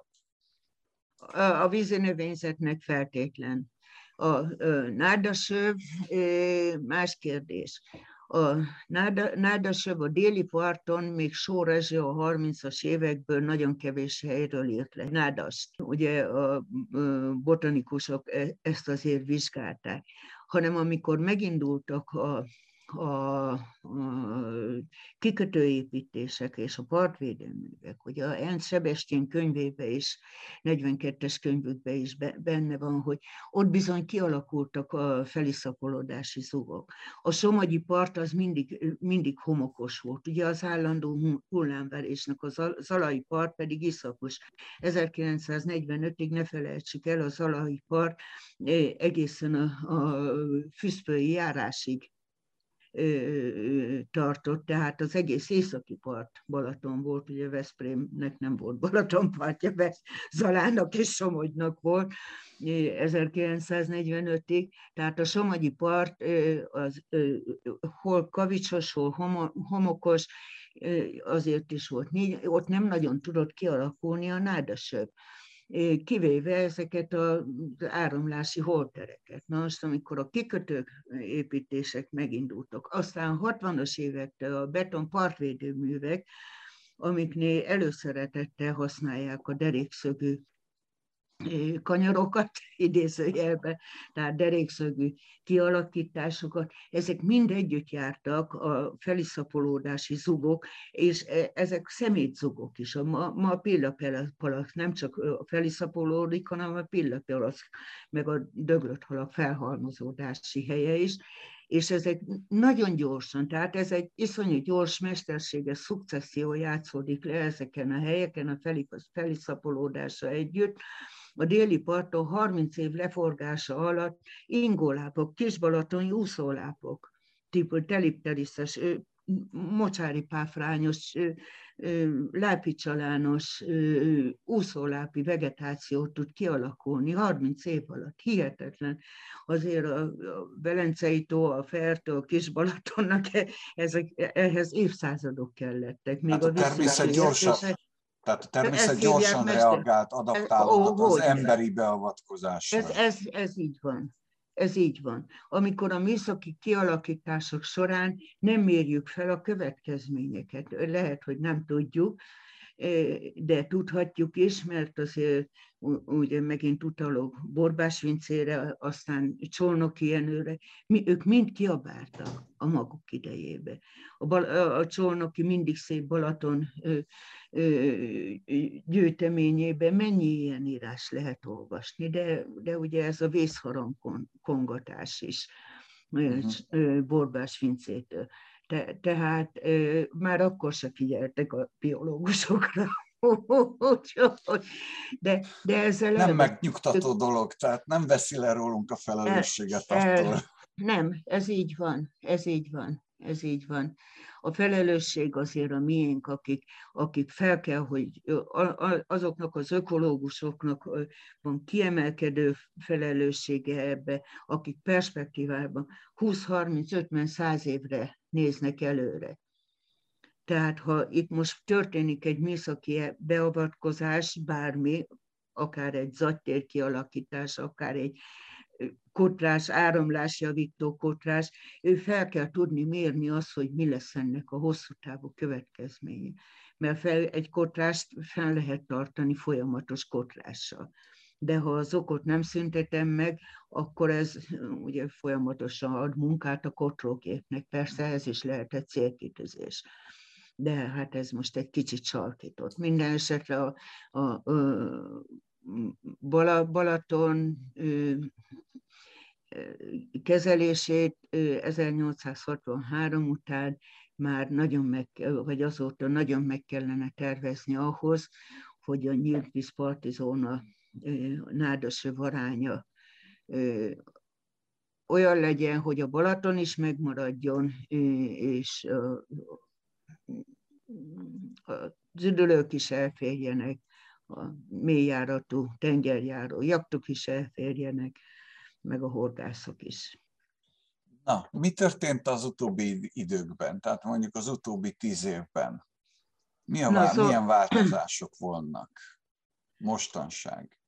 A vízi növényzetnek feltétlen. A, a nádasöv más kérdés. A nádasöv a déli parton még Sór Rezső a harmincas évekből nagyon kevés helyről írt le nádast. Ugye a botanikusok ezt azért vizsgálták. Hanem amikor megindultak a a, a kikötőépítések és a partvédelművek, ugye a Ernst Sebestyén könyvében is, negyvenkettes könyvükben is benne van, hogy ott bizony kialakultak a feliszapolódási zugok. A somogyi part az mindig, mindig homokos volt, ugye az állandó hullámverésnek, a zalai part pedig iszapos. ezerkilencszáznegyvenötig ne felejtsük el, a zalai part egészen a, a Füszpői járásig tartott, tehát az egész északi part Balaton volt, ugye Veszprémnek nem volt Balatonpartja, Zalának és Somogynak volt ezerkilencszáznegyvenötig, tehát a somogyi part az hol kavicsos, hol homokos, azért is volt, ott nem nagyon tudott kialakulni a nádasöv, kivéve ezeket az áramlási holtereket. Na most, amikor a kikötők építések megindultak, aztán a hatvanas évektől a beton partvédőművek, amiknél előszeretettel használják a derékszögű kanyarokat, idézőjelben, tehát derékszögű kialakításokat, ezek mind együtt jártak a feliszapolódási zugok, és ezek szemétzugok is. Ma, ma a pillapalack nem csak a feliszapolódik, hanem a pillapalack, meg a döglött halak felhalmozódási helye is, és ezek nagyon gyorsan, tehát ez egy iszonyú gyors, mesterséges szukcesszió játszódik le ezeken a helyeken, a feliszapolódása együtt. A déli parton harminc év leforgása alatt ingólápok, kisbalatoni úszólápok, típus telipteriszes, mocsári páfrányos, lápicsalános úszólápi vegetáció tud kialakulni harminc év alatt. Hihetetlen. Azért a Velencei tó, a Fertő, a Kisbalatonnak ezek, ehhez évszázadok kellettek. Még hát a, a természet gyorsan, tehát a természet gyorsan reagált, adaptálódott az emberi beavatkozásra. Ez, ez, ez így van. Ez így van. Amikor a műszaki kialakítások során nem mérjük fel a következményeket. Lehet, hogy nem tudjuk, de tudhatjuk is, mert azért ugye megint utalok Borbás Vincére, aztán Csolnoki Jenőre, mi, ők mind kiabáltak a maguk idejébe. A, Bal, a Csolnoki mindig szép Balaton ö, ö, gyűjteményében mennyi ilyen írás lehet olvasni, de, de ugye ez a vészharangkongatás is uh-huh. Borbás Vincétől. Te, tehát e, már akkor se figyeltek a biológusokra. De, de ezzel nem elvettük. megnyugtató dolog, tehát nem veszi le rólunk a felelősséget el, attól. El, nem, ez így van, ez így van, ez így van. A felelősség azért a miénk, akik, akik fel kell, hogy azoknak az ökológusoknak van kiemelkedő felelőssége ebbe, akik perspektívában húsz, harminc, ötven, száz évre néznek előre. Tehát ha itt most történik egy műszaki beavatkozás, bármi, akár egy zagytér kialakítás, akár egy kotrás, áramlásjavító kotrás, ő fel kell tudni mérni azt, hogy mi lesz ennek a hosszú távú következménye. Mert fel, egy kotrást fel lehet tartani folyamatos kotrással. De ha az okot nem szüntetem meg, akkor ez ugye folyamatosan ad munkát a kotrógépnek. Persze ez is lehet egy célkitűzés. De hát ez most egy kicsit sarkított. Minden esetre a, a, a Balaton kezelését ezernyolcszázhatvanhárom után már nagyon meg, vagy azóta nagyon meg kellene tervezni ahhoz, hogy a nyílt víz partizóna nádasöv aránya olyan legyen, hogy a Balaton is megmaradjon, és az üdülők is elférjenek, a mélyjáratú tengerjáró jaktok is elférjenek, meg a horgászok is. Na, mi történt az utóbbi időkben, tehát mondjuk az utóbbi tíz évben? Mi a, Na, szó... Milyen változások vannak mostanság?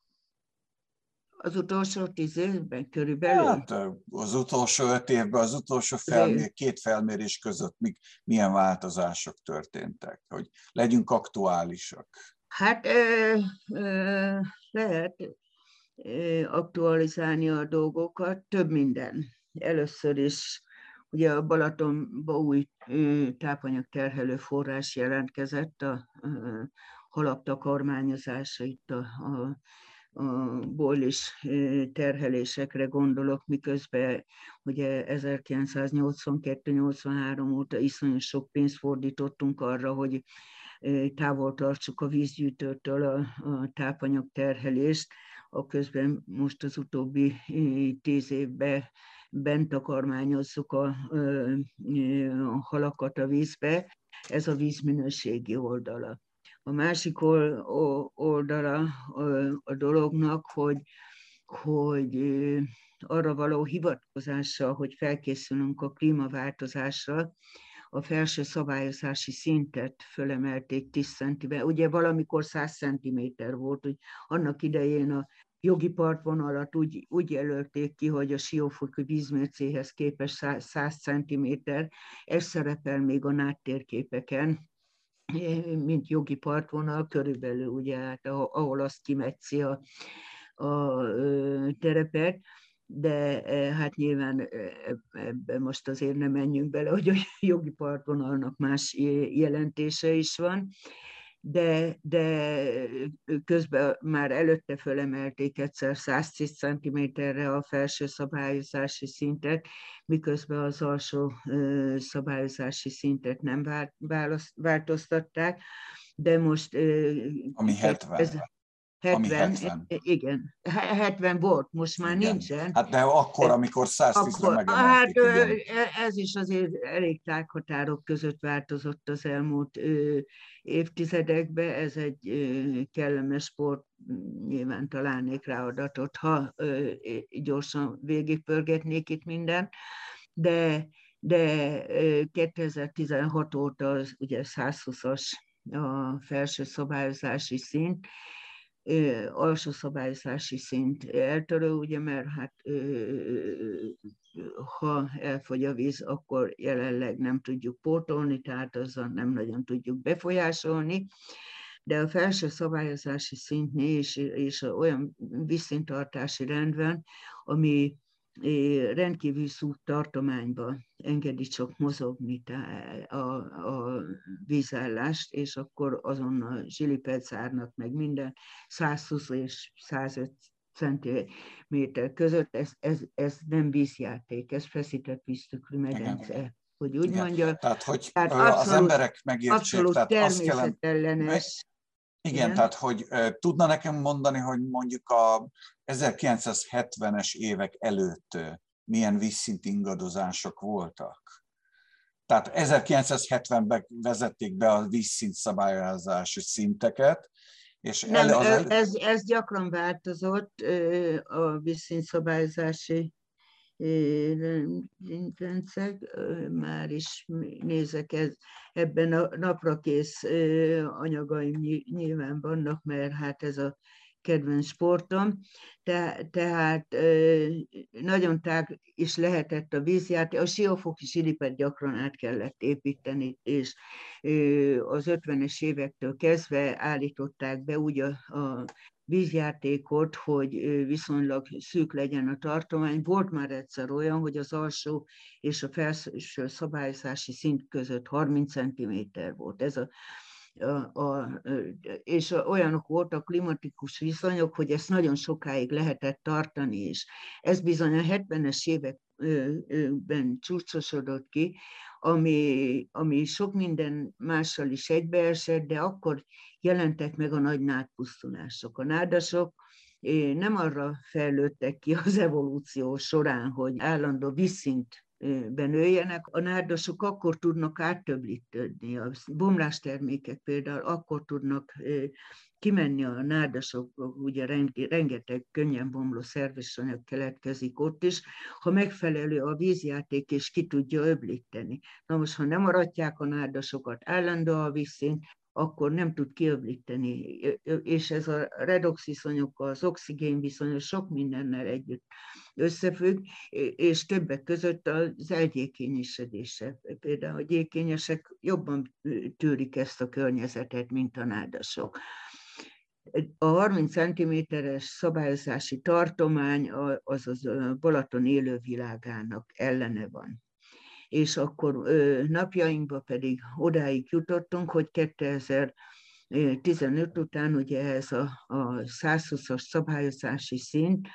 Az utolsó tíz évben körülbelül? Hát az utolsó öt évben, az utolsó felmér, két felmérés között milyen változások történtek, hogy legyünk aktuálisak. Hát ö, ö, lehet ö, aktualizálni a dolgokat, több minden. Először is ugye a Balatonban új ö, tápanyagterhelő forrás jelentkezett, a ö, halak takarmányozása, itt a, a a bólis terhelésekre gondolok, miközben ugye ezerkilencszáznyolcvankettő nyolcvanhárom óta iszonyú sok pénzt fordítottunk arra, hogy távol tartsuk a vízgyűjtőtől a, a tápanyagterhelést, a közben most az utóbbi tíz évben bent takarmányozzuk a, a halakat a vízbe. Ez a vízminőségi oldala. A másik oldala a dolognak, hogy, hogy arra való hivatkozással, hogy felkészülünk a klímaváltozásra, a felső szabályozási szintet fölemelték tíz centivel. Ugye valamikor száz centiméter volt, hogy annak idején a jogi partvonalat úgy, úgy jelölték ki, hogy a Siófoki vízmércéhez képest száz centiméter. Ez szerepel még a nádtérképeken, mint jogi partvonal, körülbelül ugye, hát, ahol azt kimetszi a, a terepet, de hát nyilván ebben most azért nem menjünk bele, hogy a jogi partvonalnak más jelentése is van, de, de közben már előtte fölemelték egyszer száztíz centiméterre a felső szabályozási szintet, miközben az alsó szabályozási szintet nem változtatták, de most... Ami hetven. Ez, hetven, hetven. Igen, hetven volt, most már igen. Nincsen. Hát de akkor, amikor száztízre megemelték. Hát ez is azért elég tághatárok között változott az elmúlt ö, évtizedekben. Ez egy ö, kellemes sport, nyilván találnék rá adatot, ha ö, gyorsan végigpörgetnék itt mindent, de, de ö, kétezer-tizenhat óta az ugye százhúszas a felső szabályozási szint, Ö, alsó szabályozási szint eltörő, ugye, mert hát ö, ha elfogy a víz, akkor jelenleg nem tudjuk pótolni, tehát azzal nem nagyon tudjuk befolyásolni, de a felső szabályozási szintnél is, és olyan vízszinttartási rendben, ami rendkívül szűk tartományban engedi csak mozogni a, a vízállást, és akkor azonnal zsilipelcárnak meg minden százhúsz és százöt centiméter között, ez, ez, ez nem vízjáték, ez feszített víztükrű medence. Igen. Hogy úgy igen. mondja. Tehát, hogy tehát abszolút, az emberek megértsék, abszolút tehát azt természetellenes. Igen, Igen? tehát hogy e, tudna nekem mondani, hogy mondjuk a ezerkilencszázhetvenes évek előtt e, milyen vízszint ingadozások voltak? Tehát ezerkilencszázhetvenben vezették be a vízszint szabályozási szinteket, és Nem, elő az ez, elő... ez, ez gyakran változott, a vízszintszabályozási rendszerek, már is nézek, ez, ebben a naprakész anyagaim nyilván vannak, mert hát ez a kedvenc sportom, Te, tehát nagyon tág is lehetett a vízjáték, a siófoki zsilipet gyakran át kellett építeni, és az ötvenes évektől kezdve állították be úgy a, a vízjátékot, hogy viszonylag szűk legyen a tartomány. Volt már egyszer olyan, hogy az alsó és a felső szabályozási szint között harminc centiméter volt. Ez a A, a, és olyanok voltak klimatikus viszonyok, hogy ezt nagyon sokáig lehetett tartani is. Ez bizony a hetvenes években csúcsosodott ki, ami, ami sok minden mással is egybeesett, de akkor jelentek meg a nagy nádpusztulások. A nádasok nem arra fejlődtek ki az evolúció során, hogy állandó vízszint benőjenek. A nádasok akkor tudnak áttöblítődni, a bomlástermékek például akkor tudnak kimenni a nádasok, ugye rengeteg könnyen bomló szerves anyag keletkezik ott is, ha megfelelő a vízjáték és ki tudja öblíteni. Na most, ha nem aratják a nádasokat állandó a vízszint, akkor nem tud kiöblíteni, és ez a redox viszonyokkal, az oxigén viszonyok sok mindennel együtt összefügg, és többek között az elgyékényesedése. Például a gyékényesek jobban tűrik ezt a környezetet, mint a nádasok. A harminc centiméteres szabályozási tartomány az az Balaton élővilágának ellene van. És akkor napjainkban pedig odáig jutottunk, hogy kétezer-tizenöt után ugye ez a, a száz húszas szabályozási szint,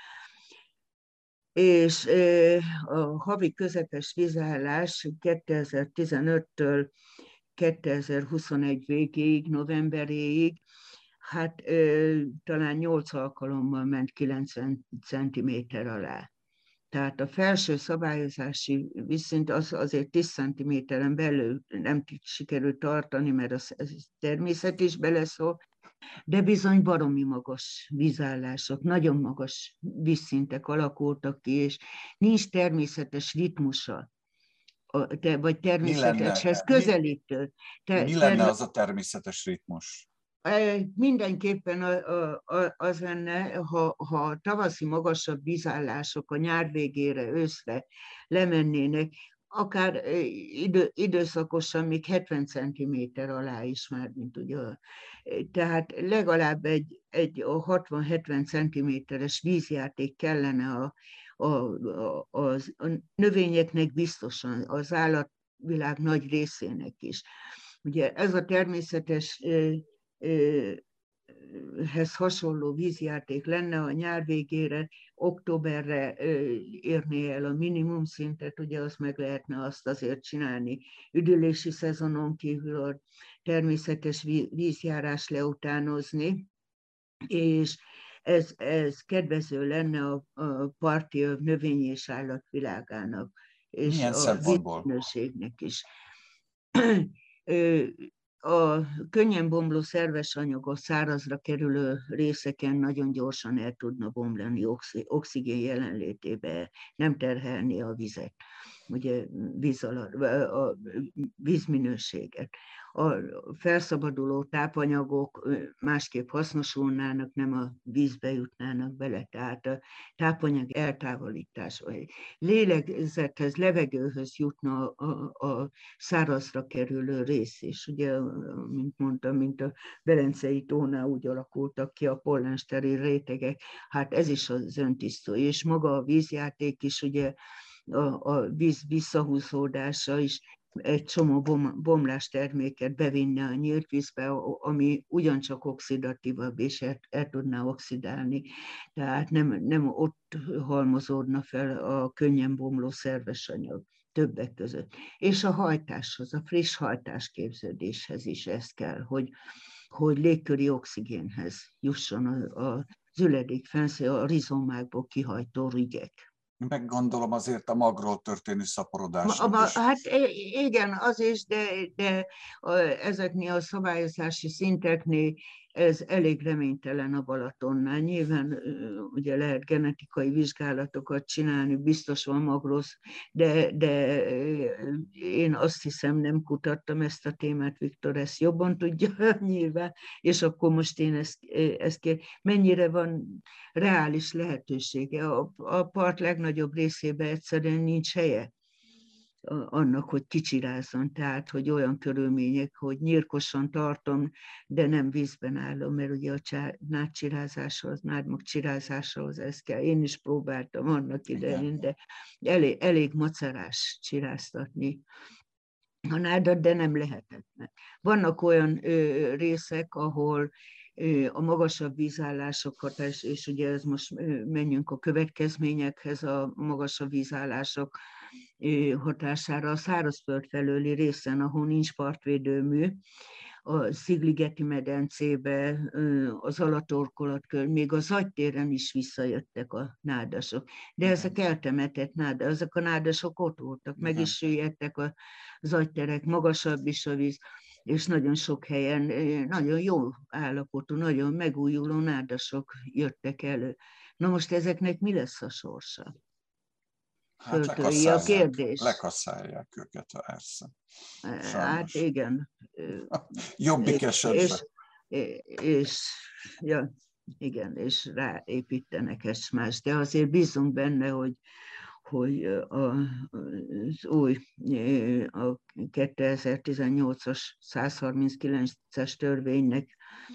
és a havi közepes vízállás kétezer-tizenöttől kétezer-huszonegy végéig, novemberéig, hát talán nyolc alkalommal ment kilencven centiméter alá. Tehát a felső szabályozási vízszint az azért tíz centiméteren belül nem sikerült tartani, mert az, az természet is beleszól, de bizony baromi magas vízállások, nagyon magas vízszintek alakultak ki, és nincs természetes ritmusa, vagy természeteshez közelítő. Mi, mi lenne az a természetes ritmus? Mindenképpen az lenne, ha, ha tavaszi magasabb vízállások a nyár végére, őszre lemennének, akár idő, időszakosan még hetven centiméter alá is már, mint ugye. Tehát legalább egy, egy hatvan-hetven centiméteres vízjáték kellene a, a, a, a, a növényeknek biztosan, az állatvilág nagy részének is. Ugye ez a természetes hez hasonló vízjáték lenne, a nyár végére, októberre érné el a minimum szintet, ugye azt meg lehetne azt azért csinálni üdülési szezonon kívül, a természetes vízjárás leutánozni, és ez, ez kedvező lenne a, a parti növényi és állatvilágának, és milyen a vízminőségnek is. A könnyen bomló szerves anyag a szárazra kerülő részeken nagyon gyorsan el tudna bomlani oxigén jelenlétébe, nem terhelni a vizet, ugye víz alatt, a vízminőséget. A felszabaduló tápanyagok másképp hasznosulnának, nem a vízbe jutnának bele, tehát a tápanyag eltávolítása, vagy lélegzethez, levegőhöz jutna a, a, a szárazra kerülő rész is. Ugye, mint mondtam, mint a Velencei tónál úgy alakultak ki a pollensteril rétegek, hát ez is az öntisztó, és maga a vízjáték is, ugye a, a víz visszahúzódása is egy csomó bom, bomlásterméket bevinne a nyílt vízbe, ami ugyancsak oxidatívabb, és el, el tudná oxidálni. Tehát nem, nem ott halmozódna fel a könnyen bomló szerves anyag többek között. És a hajtáshoz, a friss hajtásképződéshez is ez kell, hogy hogy légköri oxigénhez jusson az üledék fenszé, a rizómákból kihajtó rügyek. Meg gondolom azért a magról történő szaporodásnak Ma, ma, is. hát igen, az is, de, de a, ezeknél a szabályozási szinteknél ez elég reménytelen a Balatonnál. Nyilván ugye lehet genetikai vizsgálatokat csinálni, biztos van magról, de, de én azt hiszem, nem kutattam ezt a témát, Viktor ezt jobban tudja nyilván, és akkor most én ezt, ezt kér, mennyire van reális lehetősége. A, a part legnagyobb részében egyszerűen nincs helye annak, hogy kicsirázzon, tehát, hogy olyan körülmények, hogy nyírkosan tartom, de nem vízben állom, mert ugye a nádcsirázáshoz, nádmag csirázásához ezt kell. Én is próbáltam annak idején, de elég, elég macerás csiráztatni a nádat, de nem lehetett. Vannak olyan ö, részek, ahol ö, a magasabb vízállásokat, és, és ugye ez most ö, menjünk a következményekhez, a magasabb vízállások ö, hatására a szárazföld felőli részen, ahol nincs partvédőmű, a Szigligeti medencébe, az Alatorkolat kör, még a Zagytéren is visszajöttek a nádasok. De ezek eltemetett náda, ezek a nádasok ott voltak, meg is süllyedtek a zagyterek, magasabb is a víz, és nagyon sok helyen nagyon jó állapotú, nagyon megújuló nádasok jöttek elő. Na most ezeknek mi lesz a sorsa? Hát Föltölji a kérdés. Lekasszálják őket, persze. Hát igen. Jobbik esetben. És, és, ja, igen, és ráépítenek ezt más. De azért bízunk benne, hogy, hogy az új, a kétezer-tizennyolcas százharminckilences törvénynek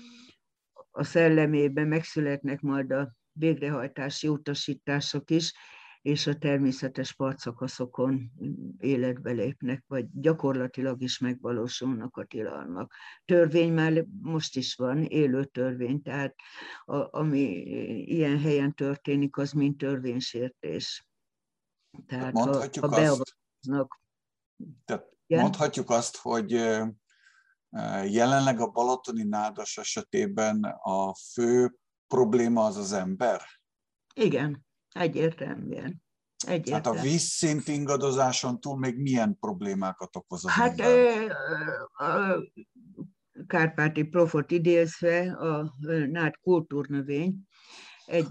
a szellemében megszületnek majd a végrehajtási utasítások is, és a természetes partszakaszokon életbe lépnek, vagy gyakorlatilag is megvalósulnak a tilalmak. Törvény már most is van, élő törvény, tehát a, ami ilyen helyen történik, az mind törvénysértés. Tehát mondhatjuk ha, ha beavatkoznak. Tehát mondhatjuk azt, hogy jelenleg a balatoni nádas esetében a fő probléma az az ember? Igen. Egyértelműen. Egyértelműen. Hát a vízszint ingadozáson túl még milyen problémákat okoz az hát, ember? A Kárpáti profot idézve, a nád kultúrnövény egy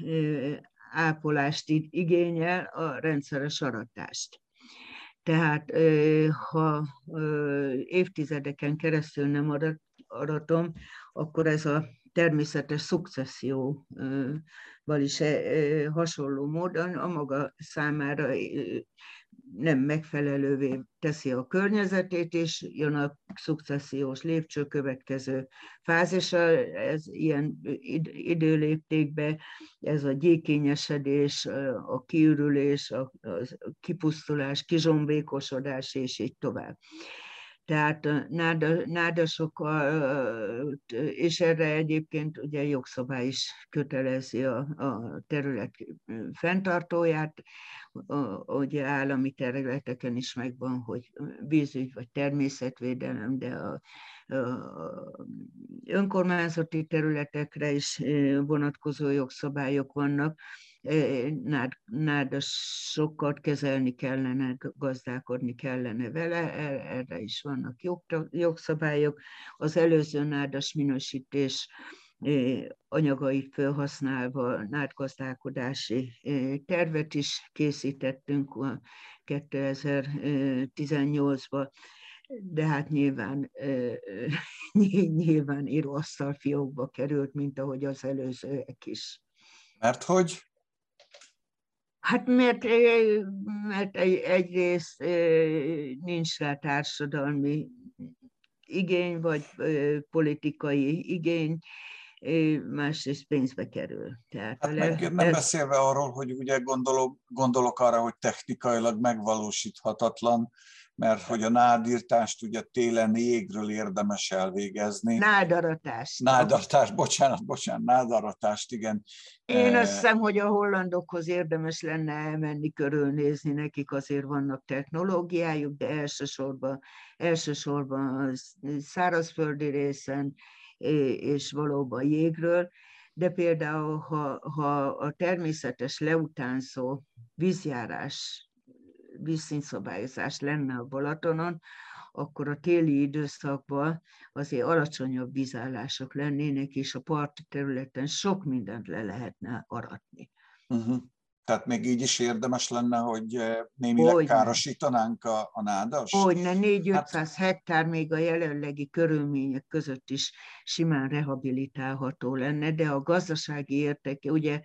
ápolást igényel, a rendszeres aratást. Tehát ha évtizedeken keresztül nem aratom, akkor ez a természetes szukcesszióval is hasonló módon a maga számára nem megfelelővé teszi a környezetét, és jön a szukcessziós lépcső következő fázisa, ez ilyen időléptékben, ez a gyékényesedés, a kiürülés, a kipusztulás, kizsombékosodás, és így tovább. Tehát nádasokkal, és erre egyébként ugye jogszabály is kötelezi a, a terület fenntartóját, ugye állami területeken is megvan, hogy vízügy vagy természetvédelem, de a, a önkormányzati területekre is vonatkozó jogszabályok vannak. Nád, nádasokat kezelni kellene, gazdálkodni kellene vele, erre is vannak jog, jogszabályok. Az előző nádas minősítés anyagait felhasználva nádgazdálkodási tervet is készítettünk kétezer-tizennyolcban, de hát nyilván, nyilván íróasztal fiókba került, mint ahogy az előzőek is. Mert hogy? Hát mert, mert egyrészt nincs rá társadalmi igény, vagy politikai igény, másrészt pénzbe kerül. Tehát hát meg le, nem ez... beszélve arról, hogy ugye gondolok, gondolok arra, hogy technikailag megvalósíthatatlan, mert hogy a nádírtást ugye télen jégről érdemes elvégezni. Nádaratást. Nádaratást, bocsánat, bocsánat, nádaratást, igen. Én azt hiszem, hogy a hollandokhoz érdemes lenne elmenni, körülnézni, nekik azért vannak technológiájuk, de elsősorban, elsősorban a szárazföldi részen, és valóban jégről, de például, ha, ha a természetes leutánzó vízjárás, vízszintszabályozás lenne a Balatonon, akkor a téli időszakban azért alacsonyabb vízállások lennének, és a parti területen sok mindent le lehetne aratni. Uh-huh. Tehát még így is érdemes lenne, hogy némileg Hogyne. károsítanánk a, a nádast? Hogyne, négy-ötszáz Hát... hektár még a jelenlegi körülmények között is simán rehabilitálható lenne, de a gazdasági értéke, ugye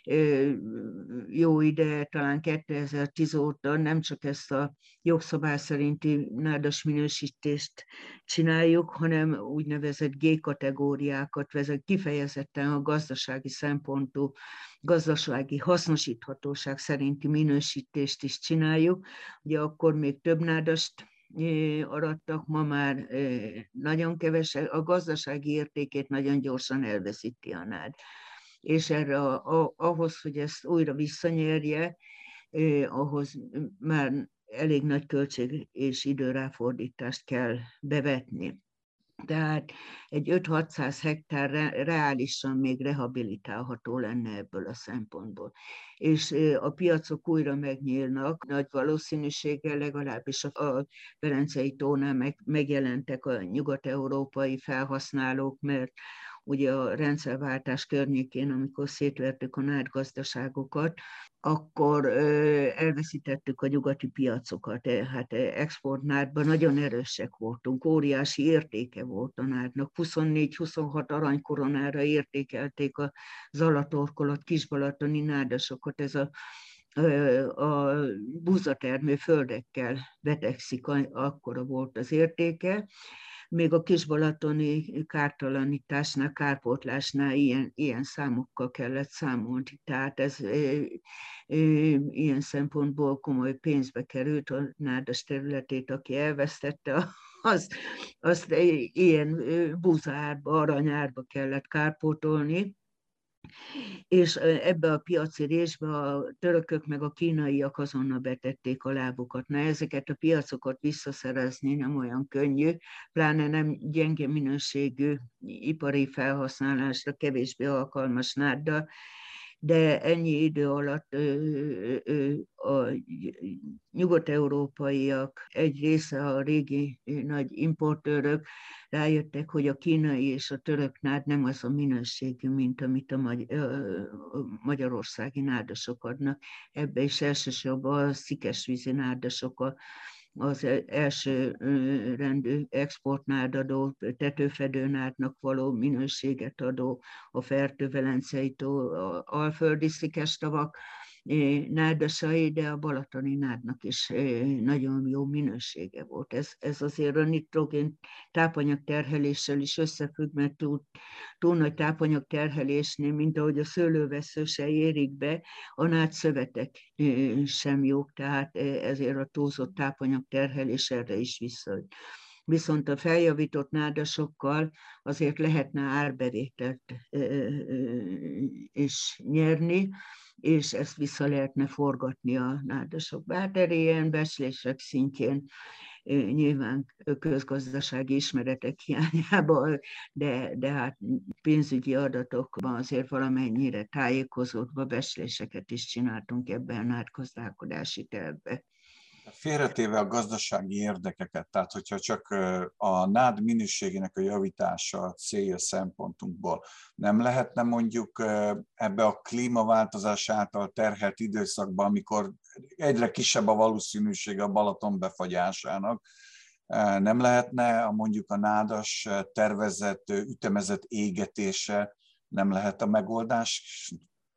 jó ide, talán kétezer-tíz óta nem csak ezt a jogszabály szerinti nádas minősítést csináljuk, hanem úgynevezett G-kategóriákat vezet, kifejezetten a gazdasági szempontú, gazdasági hasznosíthatóság szerinti minősítést is csináljuk. Ugye akkor még több nádast arattak, ma már nagyon kevesek, a gazdasági értékét nagyon gyorsan elveszíti a nád. És erre a, a, ahhoz, hogy ezt újra visszanyerje, ahhoz már elég nagy költség és időráfordítást kell bevetni. Tehát egy öt-hatszáz hektár reálisan még rehabilitálható lenne ebből a szempontból. És a piacok újra megnyílnak, nagy valószínűséggel legalábbis a Velencei tónál megjelentek a nyugat-európai felhasználók, mert ugye a rendszerváltás környékén, amikor szétvertük a nádgazdaságokat, akkor elveszítettük a nyugati piacokat. Hát exportnádban nagyon erősek voltunk, óriási értéke volt a nádnak. huszonnégy-huszonhat aranykoronára értékelték a zalatorkolat, kisbalatoni nádasokat. Ez a a búzatermő földekkel betegszik, akkora volt az értéke. Még a kisbalatoni kártalanításnál, kárpótlásnál ilyen, ilyen számokkal kellett számolni. Tehát ez e, e, ilyen szempontból komoly pénzbe került a nádas területét, aki elvesztette, azt, azt ilyen búzaárba, aranyárba kellett kárpótolni. És ebbe a piaci részbe a törökök meg a kínaiak azonnal betették a lábukat. Na, ezeket a piacokat visszaszerezni nem olyan könnyű, pláne nem gyenge minőségű ipari felhasználásra, kevésbé alkalmas náddal, de ennyi idő alatt a nyugat-európaiak, egy része a régi nagy importőrök rájöttek, hogy a kínai és a török nád nem az a minőségű, mint amit a magyarországi nádasok adnak. Ebbe is elsősorban a szikesvízi nádasok az első rendű exportnádadó, tetőfedőnádnak való minőséget adó, a Fertő-Velencei tó, a alföldi szikestavak nádasai, de a balatoni nádnak is nagyon jó minősége volt. Ez, ez azért a nitrogén tápanyagterheléssel is összefügg, mert túl, túl nagy tápanyagterhelésnél, mint ahogy a szőlővesző se érik be, a nádszövetek sem jók, tehát ezért a túlzott tápanyagterhelés erre is visszaüt. Viszont a feljavított nádasokkal azért lehetne árbevételt is nyerni, és ezt vissza lehetne forgatni a nádasokba. Hát erre ilyen becslések szintjén nyilván közgazdasági ismeretek hiányában, de, de hát pénzügyi adatokban azért valamennyire tájékozódva becsléseket is csináltunk ebben a nádgazdálkodási tervbe. Félretéve a gazdasági érdekeket, tehát hogyha csak a nád minőségének a javítása a célja szempontunkból, nem lehetne mondjuk ebbe a klímaváltozás által terhelt időszakban, amikor egyre kisebb a valószínűsége a Balaton befagyásának, nem lehetne a mondjuk a nádas tervezett, ütemezett égetése, nem lehet a megoldás?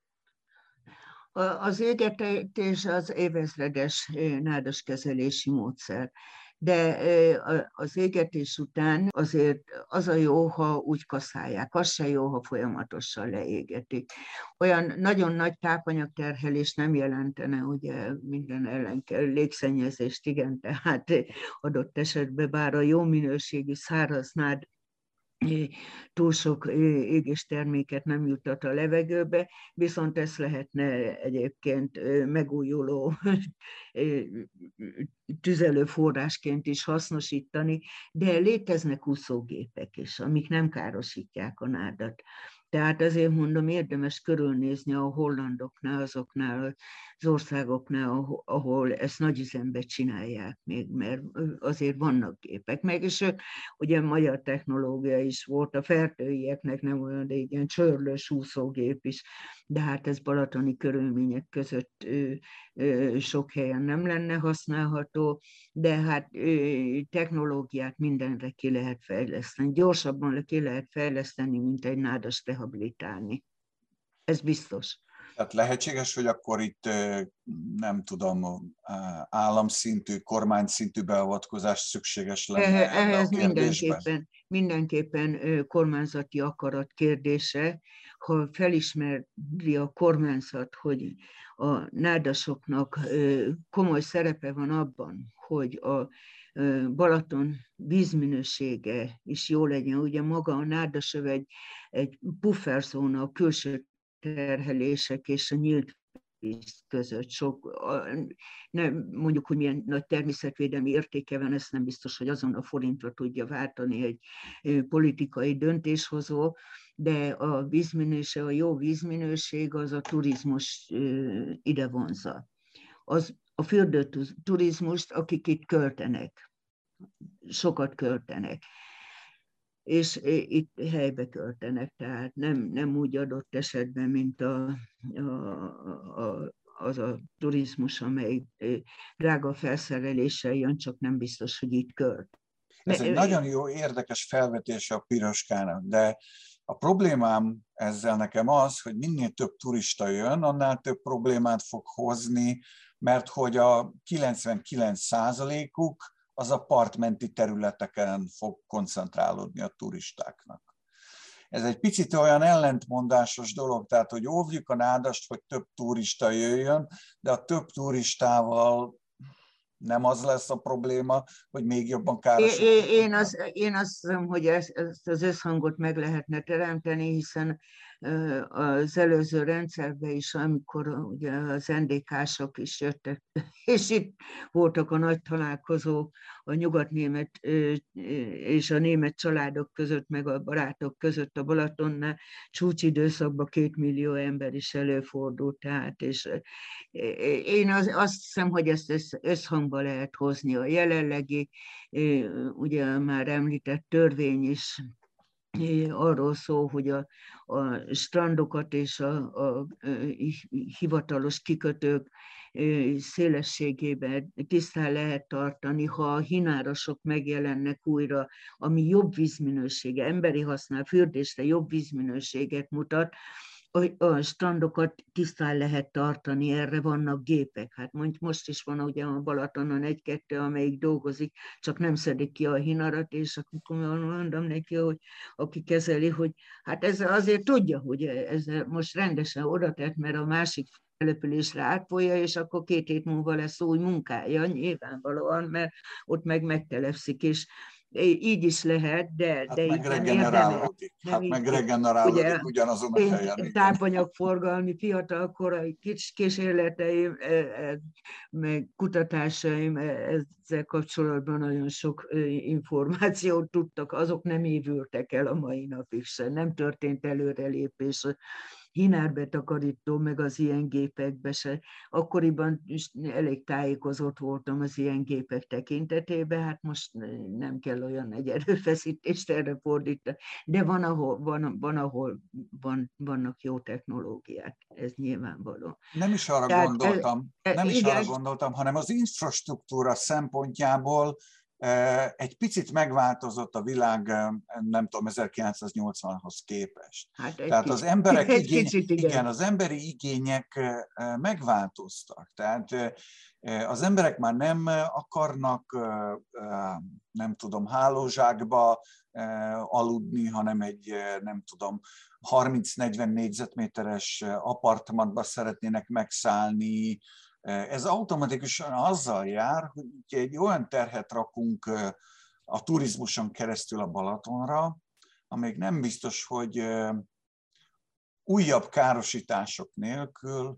Az égetés az évezredes nádaskezelési módszer, de az égetés után azért az a jó, ha úgy kaszálják, az se jó, ha folyamatosan leégetik. Olyan nagyon nagy tápanyagterhelés nem jelentene, ugye minden ellen kell légszennyezést, igen, tehát adott esetben bár a jó minőségű száraz nád túl sok égésterméket nem juttat a levegőbe, viszont ezt lehetne egyébként megújuló tüzelőforrásként is hasznosítani, de léteznek úszógépek is, amik nem károsítják a nádat. Tehát azért mondom, érdemes körülnézni a hollandoknál, azoknál az országoknál, ahol, ahol ezt nagyüzembe csinálják még, mert azért vannak gépek. Meg és ugye magyar technológia is volt, a fertőieknek nem olyan régen csörlős úszógép is, de hát ez balatoni körülmények között ö, ö, sok helyen nem lenne használható, de hát ö, technológiát mindenre ki lehet fejleszteni. Gyorsabban ki lehet fejleszteni, mint egy nádast rehabilitálni. Ez biztos. Tehát lehetséges, hogy akkor itt nem tudom, államszintű, kormányszintű beavatkozás szükséges lenne ehhez a mindenképpen, mindenképpen kormányzati akarat kérdése. Ha felismeri a kormányzat, hogy a nádasoknak komoly szerepe van abban, hogy a Balaton vízminősége is jó legyen. Ugye maga a nádasöv egy, egy pufferzóna a külső terhelések és a nyílt víz között. Sok, nem, mondjuk, hogy milyen nagy természetvédelmi értéke van, ezt nem biztos, hogy azon a forintra tudja váltani egy politikai döntéshozó, de a vízminőség, a jó vízminőség az a turizmus ide vonzza. Az a fürdőturizmust, akik itt költenek, sokat költenek, és itt helybe költenek, tehát nem, nem úgy adott esetben, mint a, a, a, az a turizmus, amely drága felszereléssel jön, csak nem biztos, hogy itt költ. Ez egy nagyon jó, érdekes felvetése a piroskának, de a problémám ezzel nekem az, hogy minél több turista jön, annál több problémát fog hozni, mert hogy a kilencvenkilenc százalékuk az a partmenti területeken fog koncentrálódni a turistáknak. Ez egy picit olyan ellentmondásos dolog, tehát hogy óvjuk a nádast, hogy több turista jöjjön, de a több turistával nem az lesz a probléma, hogy még jobban károsítjuk. Én, én, az, én azt hiszem, hogy ezt, ezt az összhangot meg lehetne teremteni, hiszen az előző rendszerben is, amikor ugye az en dé ká-sok is jöttek, és itt voltak a nagy találkozók a nyugatnémet és a német családok között, meg a barátok között a Balatonnál, csúcsidőszakban két millió ember is előfordult, tehát, és én az, azt hiszem, hogy ezt összhangba lehet hozni. A jelenlegi, ugye már említett törvény is arról szól, hogy a, a strandokat és a, a, a hivatalos kikötők szélességében tisztán lehet tartani, ha a hinárasok megjelennek újra, ami jobb vízminősége, emberi használ fürdésre jobb vízminőséget mutat, a strandokat tisztán lehet tartani, erre vannak gépek. Hát most is van ugye a Balatonon egy-kettő, amelyik dolgozik, csak nem szedik ki a hinarat, és akkor mondom neki, hogy aki kezeli, hogy hát ez azért tudja, hogy ez most rendesen oda tett, mert a másik településre átfolja, és akkor két hét múlva lesz új munkája, nyilvánvalóan, mert ott meg megtelepszik, és így is lehet, de, hát de meg itt regenerálódik. Hát meg regenerálódik ugye, ugyanazon a helyen. Tápanyagforgalmi fiatal korai kis kísérleteim, meg kutatásaim ezzel kapcsolatban nagyon sok információt tudtak, azok nem évültek el a mai napig sem, nem történt előrelépés. Hinárbe-takarító, meg az ilyen gépekbe se. Akkoriban elég tájékozott voltam az ilyen gépek tekintetében, hát most nem kell olyan nagy erőfeszítést erre fordítani, de van, ahol, van, van, ahol van, vannak jó technológiák, ez nyilvánvaló. Nem is arra Tehát, gondoltam, e, nem is igen. arra gondoltam, hanem az infrastruktúra szempontjából egy picit megváltozott a világ, nem tudom, ezerkilencszáznyolcvanhoz képest. Hát Tehát kicsit, az emberek igény, kicsit, igen. igen, az emberi igények megváltoztak. Tehát az emberek már nem akarnak, nem tudom, hálózsákba aludni, hanem egy, nem tudom, harminc-negyven négyzetméteres apartmanba szeretnének megszállni. Ez automatikusan azzal jár, hogy egy olyan terhet rakunk a turizmuson keresztül a Balatonra, amelyik nem biztos, hogy újabb károsítások nélkül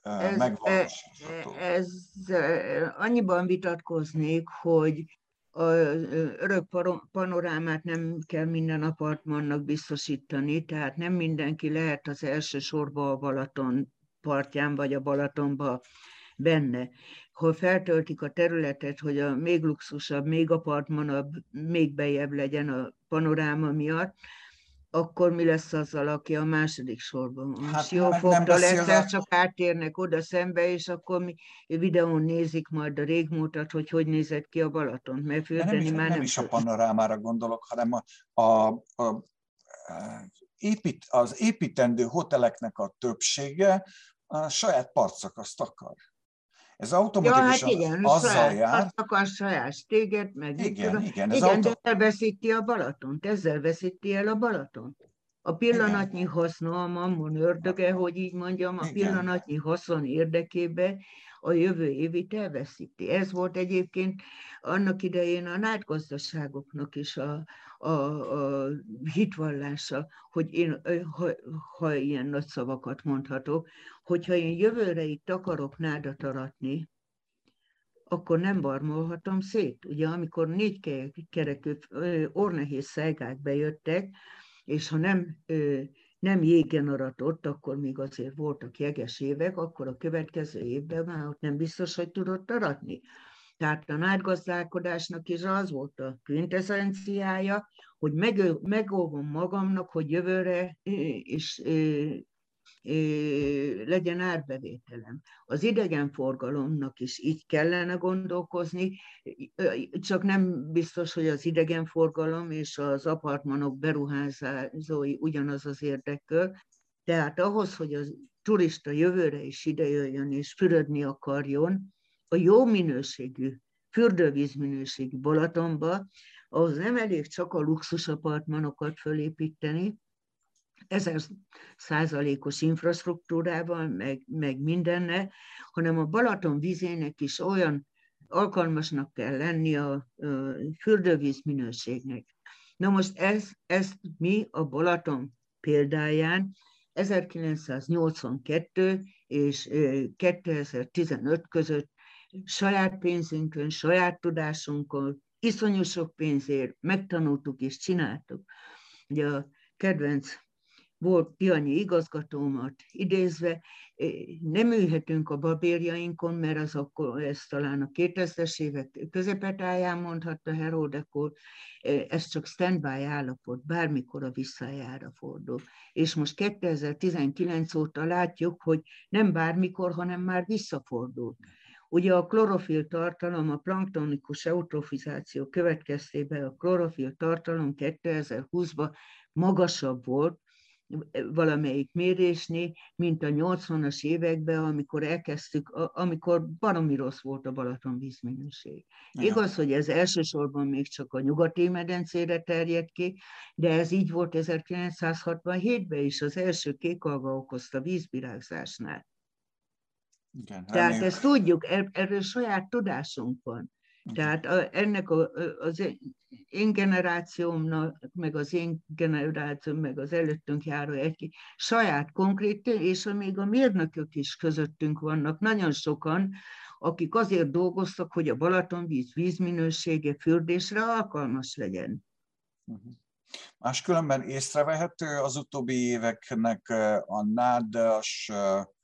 ez, megvalósítható. Ez annyiban vitatkoznék, hogy az örök panorámát nem kell minden apartmannak biztosítani, tehát nem mindenki lehet az elsősorban a Balaton partján vagy a Balatonban benne. Ha feltöltik a területet, hogy a még luxusabb, még apartmanabb, még bejebb legyen a panoráma miatt, akkor mi lesz azzal, aki a második sorban van? Hát Siófokról egyszer csak átérnek oda szembe, és akkor mi videón nézik majd a régmúltat, hogy hogy nézett ki a Balaton, mert fürdeni nem is, már nem, nem is a panorámára gondolok, hanem a, a, a, épít, az építendő hoteleknek a többsége a saját partszakaszt akar. Ez automatikusan ja, hát igen, azzal saját, jár. Azt akar saját téged, meg igen, tudom. igen, ez igen auto... de elveszíti a Balatont, ezzel veszíti el a Balaton. A pillanatnyi igen. haszna, a mammon ördöge, hogy így mondjam, a igen. pillanatnyi haszon érdekében a jövő évit elveszíti. Ez volt egyébként annak idején a nádgazdaságoknak is a, a, a hitvallása, hogy én, ha, ha ilyen nagy szavakat mondhatok, hogyha én jövőre itt akarok nádat aratni, akkor nem barmolhatom szét. Ugye, amikor négy kerekű orrnehéz szelgák bejöttek, és ha nem, nem jégen aratott, akkor még azért voltak jeges évek, akkor a következő évben már ott nem biztos, hogy tudott aratni. Tehát a nádgazdálkodásnak is az volt a quintessenciája, hogy megóvom magamnak, hogy jövőre is legyen árbevételem. Az idegenforgalomnak is így kellene gondolkozni, csak nem biztos, hogy az idegenforgalom és az apartmanok beruházói ugyanaz az érdekkör. Tehát ahhoz, hogy a turista jövőre is idejöjjön és fürödni akarjon, a jó minőségű, fürdővíz minőségű Balatonba, ahhoz nem elég csak a luxus apartmanokat fölépíteni, ezer százalékos infrastruktúrával, meg, meg mindenne, hanem a Balaton vízének is olyan alkalmasnak kell lenni a, a fürdővíz minőségnek. Na most ez, ezt mi a Balaton példáján ezerkilencszáznyolcvankettő és kétezer-tizenöt között saját pénzünkön, saját tudásunkon, iszonyú sok pénzért megtanultuk és csináltuk. Ugye a kedvenc volt Tihanyi igazgatómat idézve, nem ülhetünk a babérjainkon, mert az akkor, ez talán a kétezres évek közepetáján mondhatta Heródek úr, ez csak standby állapot, bármikor a visszájára fordul. És most kétezer-tizenkilenc óta látjuk, hogy nem bármikor, hanem már visszafordul. Ugye a klorofil tartalom, a planktonikus eutrofizáció következtében a klorofil tartalom kétezer-húszban magasabb volt, valamelyik mérésnél, mint a nyolcvanas években, amikor elkezdtük, amikor baromi rossz volt a Balaton vízminőség. Ja. Igaz, hogy ez elsősorban még csak a nyugati medencére terjedt ki, de ez így volt ezerkilencszázhatvanhétben is, az első kékalga okozta vízvirágzásnál. Igen, Tehát ezt tudjuk, erről saját tudásunk van. Tehát a, ennek a, az én generációmnak, meg az én generációm, meg az előttünk járó egy saját konkrét, és még a mérnökök is közöttünk vannak, nagyon sokan, akik azért dolgoztak, hogy a Balatonvíz vízminősége fürdésre alkalmas legyen. Máskülönben észrevehető az utóbbi éveknek a nádas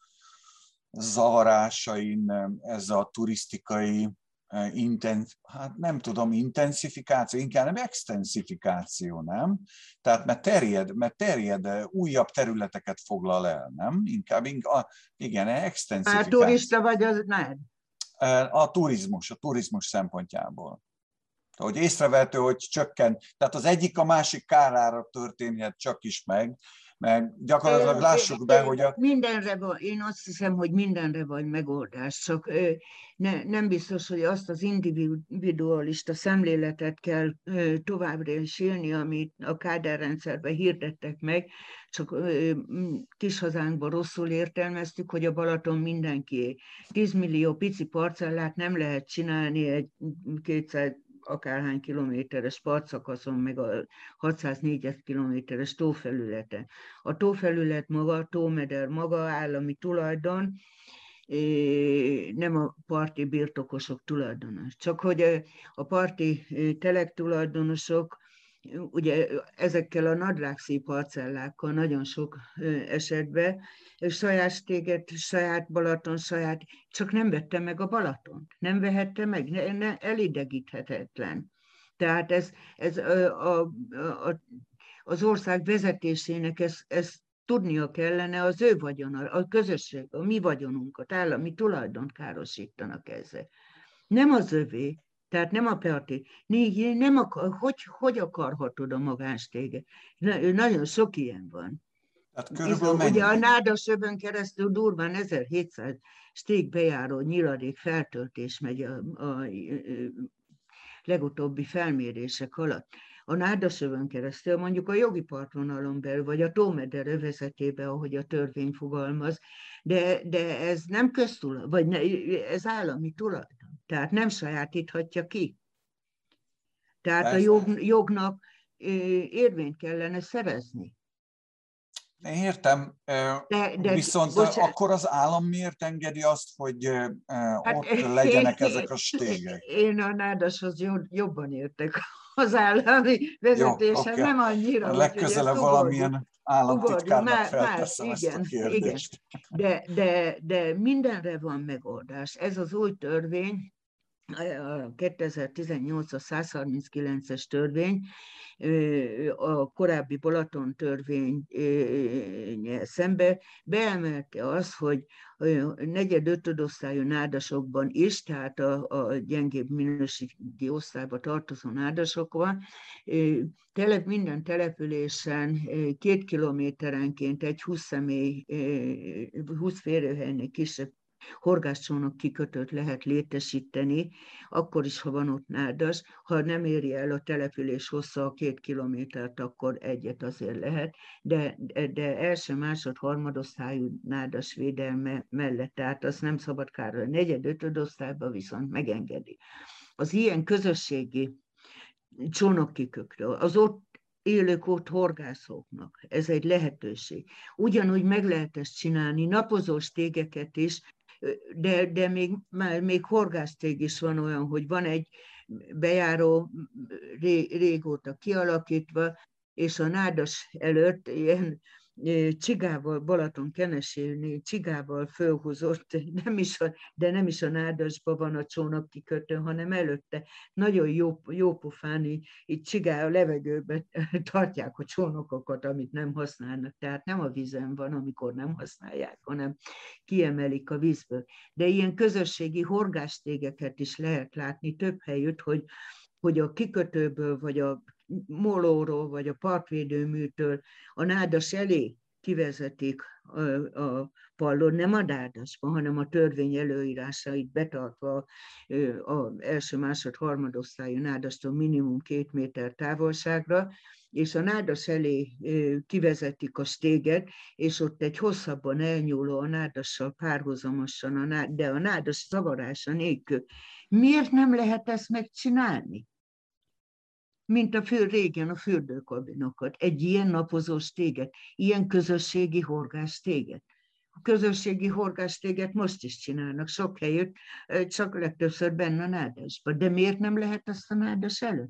zavarásain ez a turisztikai Inten, hát nem tudom, intenzifikáció, inkább nem extensifikáció, nem? Tehát mert terjed, mert terjed, újabb területeket foglal el, nem? Inkább, inkább igen, extensifikáció. A turista vagy az nem? A turizmus, a turizmus szempontjából. Hogy észrevehető, hogy csökken, tehát az egyik a másik kárára történhet csak is meg, meg gyakorlatilag lássuk be, hogy a... Mindenre van, én azt hiszem, hogy mindenre van megoldás, csak ne, nem biztos, hogy azt az individualista szemléletet kell továbbra is élni, amit a kádárrendszerben hirdettek meg, csak kis hazánkban rosszul értelmeztük, hogy a Balaton mindenkié. tíz millió pici parcellát nem lehet csinálni egy kétszáz akárhány kilométeres partszakaszon, meg a hatszáznégy kilométeres tófelületen. A tófelület maga, a tómeder maga állami tulajdon, nem a parti birtokosok tulajdonos. Csak hogy a parti telek tulajdonosok ugye ezekkel a nadrágszíj parcellákkal nagyon sok esetben saját stéget, saját Balaton, saját, csak nem vette meg a Balatont. Nem vehette meg, ne, ne, elidegíthetetlen. Tehát ez, ez a, a, a, az ország vezetésének ez, ez tudnia kellene, az ő vagyona, a közösség, a mi vagyonunkat, állami tulajdont károsítanak ezzel. Nem az övé, tehát nem a parti. Nem akar, hogy, hogy akarhatod a magánstéget? Nagyon sok ilyen van. Tehát körülbelül mennyi? Ugye a Nádasövön keresztül durván ezerhétszáz stég bejáró nyiladék feltöltés megy a, a, a legutóbbi felmérések alatt. A Nádasövön keresztül mondjuk a jogi partvonalon belül, vagy a Tómeder övezetébe, ahogy a törvény fogalmaz, de, de ez nem köztulajdon, vagy ne, ez állami tulajdon. Tehát nem sajátíthatja ki. Tehát a jog, jognak érvényt kellene szerezni. Értem, de, de, viszont bocsánat. Akkor az állam miért engedi azt, hogy hát, ott legyenek én, ezek a stégek? Én a Nádashoz jobban értek az állami vezetéshez, okay. Nem annyira. Legközelebb valamilyen államtitkárnak felteszem ezt a kérdést. Igen. De, de, de mindenre van megoldás. Ez az új törvény, a kétezer-tizennyolcas száz harminckilences törvény, a korábbi Balaton törvénye szembe beemelte azt, hogy negyed ötödosztályú nádasokban is, tehát a, a gyengébb minőségi osztályba tartozó nádasokban, telep, minden településen két kilométerenként egy húsz személy, húsz férőhelynél kisebb horgászcsónak kikötőt lehet létesíteni, akkor is, ha van ott nádas. Ha nem éri el a település hossza a két kilométert, akkor egyet azért lehet, de, de első, másod, harmadosztályú nádas védelme mellett, tehát azt nem szabad kárra. Negyed, ötödosztályban viszont megengedi. Az ilyen közösségi csónakkikökről, az ott élők ott horgászóknak, ez egy lehetőség. Ugyanúgy meg lehet ezt csinálni, napozós tégeket is, de, de még, már még horgásztég is van olyan, hogy van egy bejáró ré, régóta kialakítva, és a nádas előtt ilyen csigával, Balaton kenesénél csigával fölhúzott, nem is a, de nem is a nádasban van a csónakkikötő, hanem előtte nagyon jó, jó pofán, így csigá a levegőben tartják a csónakokat, amit nem használnak. Tehát nem a vízen van, amikor nem használják, hanem kiemelik a vízből. De ilyen közösségi horgástégeket is lehet látni több helyütt, hogy, hogy a kikötőből, vagy a molóról, vagy a partvédőműtől a nádas elé kivezetik a, a pallon, nem a nádasban, hanem a törvény előírásait betartva az első, másod, harmadosztályú nádastól minimum két méter távolságra, és a nádas elé kivezetik a stéget, és ott egy hosszabban elnyúló a nádassal párhuzamosan, a nád, de a nádas zavarása nélkül. Miért nem lehet ezt megcsinálni? Mint a fő, régen a fürdőkabinokat, egy ilyen napozós téget, ilyen közösségi horgástéget. A közösségi horgástéget most is csinálnak sok helyütt, csak legtöbbször benne a nádasban. De miért nem lehet azt a nádas előtt?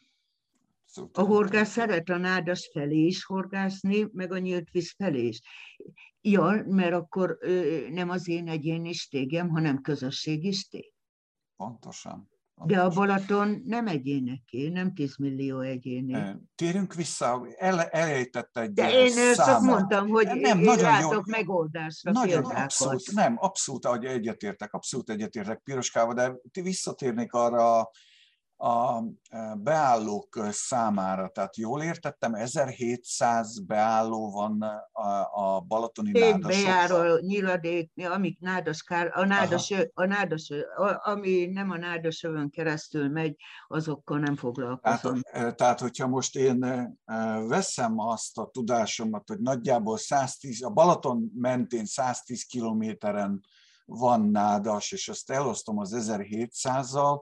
A horgász szeret a nádas felé is horgászni, meg a nyílt víz felé is. Ja, mert akkor nem az én egyéni stégem, hanem közösségi stég. Pontosan. De a Balaton nem egyéneké, nem tíz millió egyéné. Térjünk vissza, el, elejtette egy De én számot. csak mondtam, hogy nem, nagyon látok jó, megoldásra nagyon példákat. abszolút, nem, abszolút ahogy egyetértek, abszolút egyetértek Piroskával, de visszatérnék arra a, a beállók számára. Tehát jól értettem, ezerhétszáz beálló van a, a balatoni nádasokban. Bejáró nyiladék, amik nádaskár, a nádas, a nádas, ami nem a nádasövön keresztül megy, azokkal nem foglalkozom. Tehát, tehát, hogyha most én veszem azt a tudásomat, hogy nagyjából száztíz, a Balaton mentén száztíz kilométeren van nádas, és azt elosztom az ezerhétszázzal,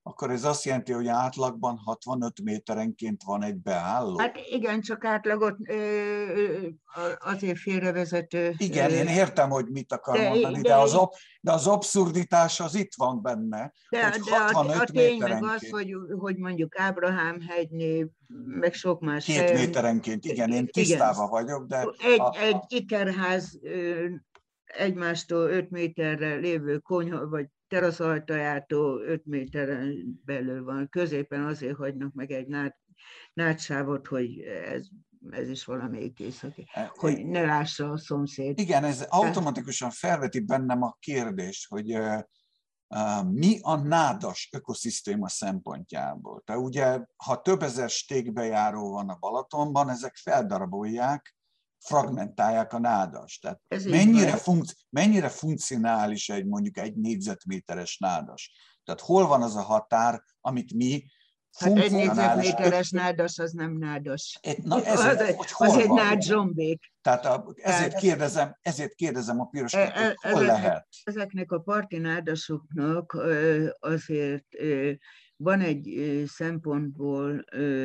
Akkor ez azt jelenti, hogy átlagban hatvanöt méterenként van egy beálló? Hát igen, csak átlagot azért félrevezető. Igen, én értem, hogy mit akar de, mondani, de, de, az, ab, de az abszurditás az itt van benne, de, hogy de a, a tény meg az, méterenként. hogy, hogy mondjuk Ábrahám hegynél, meg sok más Két helyen. méterenként, igen, én tisztában igen. vagyok, de... Egy, a, egy ikerház egymástól öt méterre lévő konyha, vagy teraszajtajától öt méteren belül van. Középen azért hagynak meg egy nád, nádsávot, hogy ez, ez is valamelyik északi, hogy ne lássa a szomszéd. Igen, ez automatikusan felveti bennem a kérdést, hogy uh, uh, mi a nádas ökoszisztéma szempontjából. Tehát ugye, ha több ezer stégbejáró van a Balatonban, ezek feldarabolják, fragmentálják a nádas. Tehát mennyire, funkci mennyire funkcionális egy mondjuk egy négyzetméteres nádas? Tehát hol van az a határ, amit mi hát egy négyzetméteres nádas az nem nádas. Egy, na ezért, az, hogy hol az van? egy nád zsombék. Tehát a, ezért, kérdezem, ezért kérdezem a piroskát, hogy hol ezeknek, lehet? Ezeknek a parti nádasoknak azért van egy szempontból,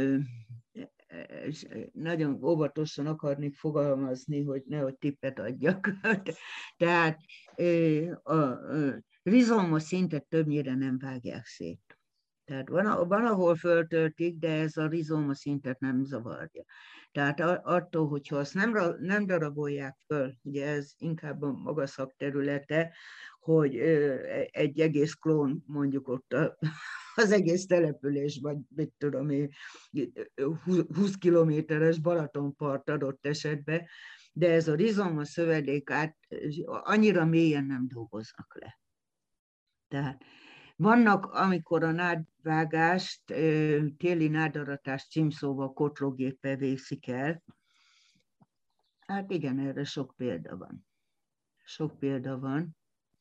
és nagyon óvatosan akarnék fogalmazni, hogy nehogy tippet adjak. Tehát a rizoma szintet többnyire nem vágják szét. Tehát van, van, ahol föltöltik, de ez a rizoma szintet nem zavarja. Tehát attól, hogyha azt nem, nem darabolják föl, ugye ez inkább a maga szakterülete, hogy egy egész klón mondjuk ott a, az egész település, vagy mit tudom én, húsz kilométeres Balatonpart adott esetben, de ez a rizoma szövedék át annyira mélyen nem dolgoznak le. Tehát vannak, amikor a nádvágást, téli nádaratást címszóval kotlógéppel végzik el. Hát igen, erre sok példa van. Sok példa van.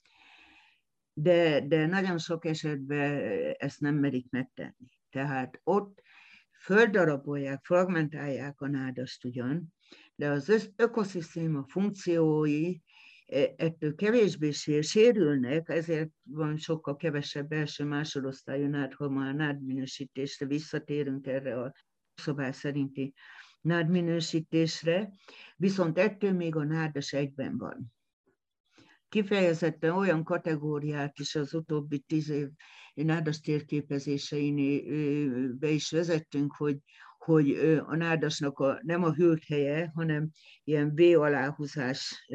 De, de nagyon sok esetben ezt nem merik megtenni. Tehát ott földarabolják, fragmentálják a nádast ugyan, de az ökoszisztéma funkciói ettől kevésbé sérülnek, ezért van sokkal kevesebb első-másodosztályú nád, ha már nádminősítésre visszatérünk erre a szabály szerinti nádminősítésre, viszont ettől még a nádas egyben van. Kifejezetten olyan kategóriát is az utóbbi tíz év nádas térképezéseinél be is vezettünk, hogy, hogy a nádasnak a, nem a hűlt helye, hanem ilyen V-aláhúzás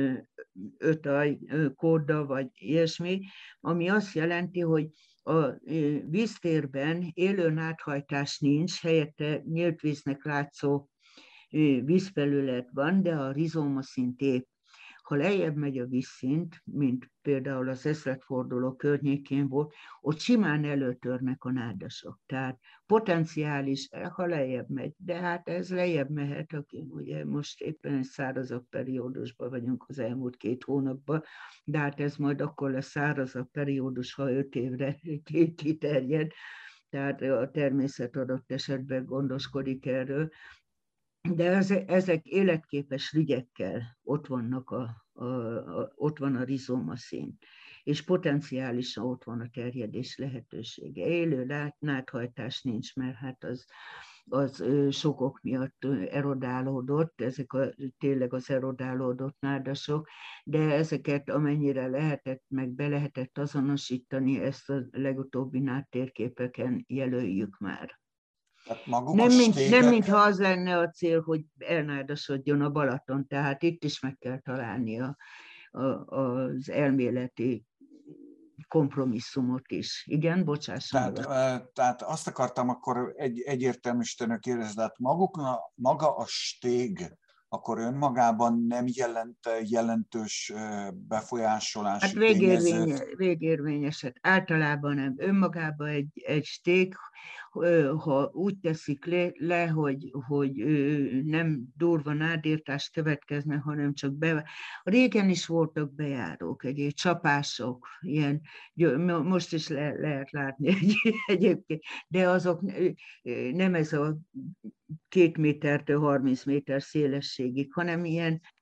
ötaj, kódda vagy ilyesmi, ami azt jelenti, hogy a víztérben élő nádhajtás nincs, helyette nyílt víznek látszó vízfelület van, de a rizoma szint épp. Ha lejjebb megy a vízszint, mint például az ezredforduló környékén volt, ott simán előtörnek a nádasok. Tehát potenciális, ha lejjebb megy, de hát ez lejjebb mehet, aki ugye most éppen egy szárazabb periódusban vagyunk az elmúlt két hónapban, de hát ez majd akkor lesz szárazabb periódus, ha öt évre kiterjed, tehát a természet adott esetben gondoskodik erről. De ezek életképes ligyekkel ott vannak a, a, a, ott van a rizoma szint, és potenciálisan ott van a terjedés lehetősége. Élő nádhajtás nincs, mert hát az, az sokok miatt erodálódott, ezek a, tényleg az erodálódott nádasok, de ezeket amennyire lehetett, meg be lehetett azonosítani, ezt a legutóbbi nádtérképeken jelöljük már. Nem, mint, nem mintha az lenne a cél, hogy elnádasodjon a Balaton, tehát itt is meg kell találni a, a, az elméleti kompromisszumot is. Igen, bocsásson. Tehát, tehát azt akartam akkor egy, egyértelműsíteni a kérdezetet, magukna, maga a stég akkor önmagában nem jelent jelentős befolyásolási hát végérvényes, végérvényeset. Általában nem. Önmagában egy, egy stég, ha úgy teszik le, le hogy, hogy nem durva nádírtás következne, hanem csak be... Régen is voltak bejárók, egy csapások, ilyen, most is le, lehet látni egy, egyébként, de azok nem ez a két métertől harminc méter szélességig, hanem ilyen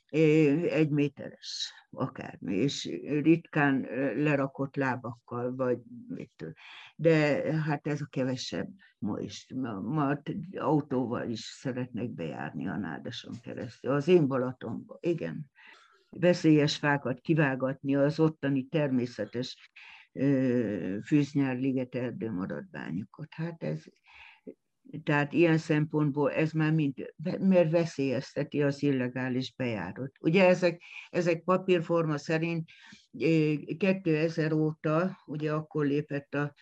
egy méteres akármi, és ritkán lerakott lábakkal, vagy mit tudom. De hát ez a kevesebb ma is. Ma, ma autóval is szeretnek bejárni a Nádason keresztül. Az én Balatonban, igen. Veszélyes fákat kivágatni, az ottani természetes Fűznyár-liget erdőmaradványokat. Hát ez, tehát ilyen szempontból ez már mind, mert veszélyezteti az illegális bejárat. Ugye ezek, ezek papírforma szerint kétezer óta, ugye akkor lépett a,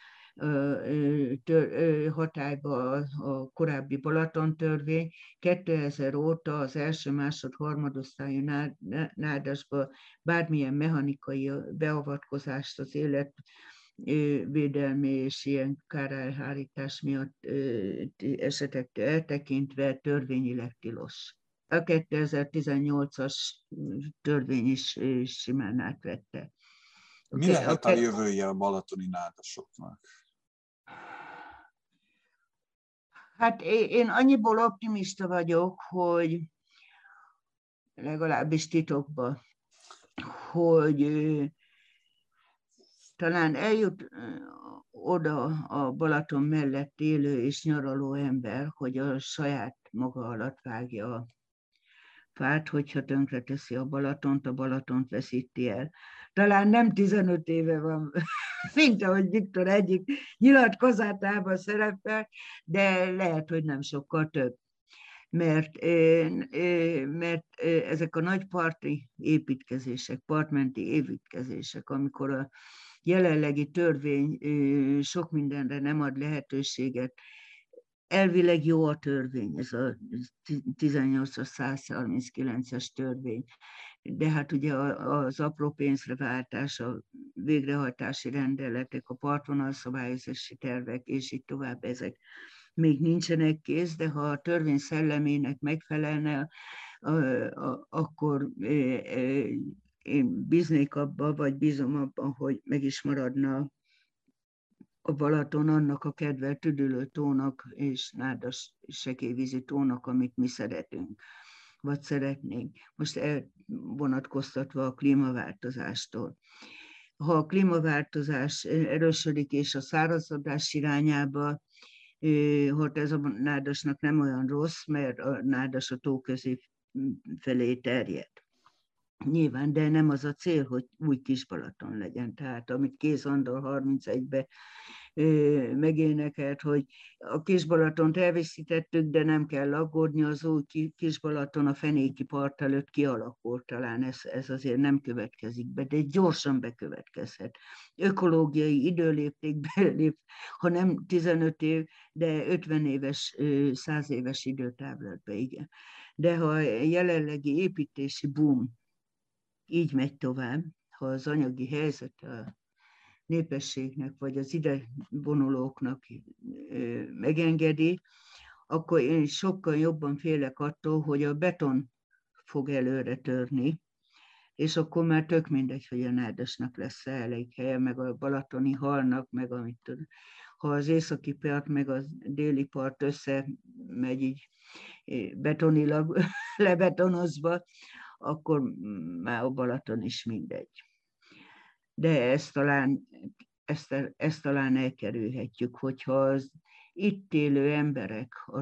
tör, hatályba a, a korábbi Balaton törvény, kétezer óta az első, másod, harmadosztályú nádasba bármilyen mechanikai beavatkozást az élet védelmi és ilyen kárelhárítás miatt esetektől eltekintve törvényileg tilos. A kétezer-tizennyolcas törvény is simán átvette. Mi okay, lehet a jövője a balatoni nádasoknak? Hát én annyiból optimista vagyok, hogy legalábbis titokban, hogy talán eljut oda a Balaton mellett élő és nyaraló ember, hogy a saját maga alatt vágja a fát, hogyha tönkreteszi a Balatont, a Balatont veszíti el. Talán nem tizenöt éve van, mint ahogy Viktor egyik nyilatkozatában szerepel, de lehet, hogy nem sokkal több. Mert, mert ezek a nagy parti építkezések, partmenti építkezések, amikor a jelenlegi törvény sok mindenre nem ad lehetőséget. Elvileg jó a törvény, ez a tizennyolcas százharminckilences törvény, de hát ugye az apró pénzre váltás, a végrehajtási rendeletek, a partvonalszabályozási tervek, és így tovább ezek még nincsenek kész, de ha a törvény szellemének megfelelne, akkor én bíznék abba, vagy bízom abban, hogy meg is maradna a Balaton annak a kedvelt üdülő tónak és nádas sekélyvízi tónak, amit mi szeretünk, vagy szeretnénk. Most elvonatkoztatva a klímaváltozástól. Ha a klímaváltozás erősödik és a szárazodás irányába, hogy ez a nádasnak nem olyan rossz, mert a nádas a tó közé felé terjed. Nyilván, de nem az a cél, hogy új Kis-Balaton legyen. Tehát amit Kéz Andor harmincegyben megénekelt, hogy a Kis-Balatont elveszítettük, de nem kell aggódni, az új Kis-Balaton a fenéki part előtt kialakult, talán ez, ez azért nem következik be, de gyorsan bekövetkezhet. Ökológiai időléptékbe lép, ha nem tizenöt év, de ötven éves, száz éves időtávlatba, igen. De ha a jelenlegi építési boom így megy tovább, ha az anyagi helyzet a népességnek vagy az ide vonulóknak megengedi, akkor én sokkal jobban félek attól, hogy a beton fog előre törni, és akkor már tök mindegy, hogy a nádasnak lesz elég helye, meg a balatoni halnak, meg amit tud. Ha az északi part, meg a déli part összemegy így betonilag lebetonozva, akkor már a Balaton is mindegy. De ezt talán, ezt, ezt talán elkerülhetjük, hogyha az itt élő emberek, a,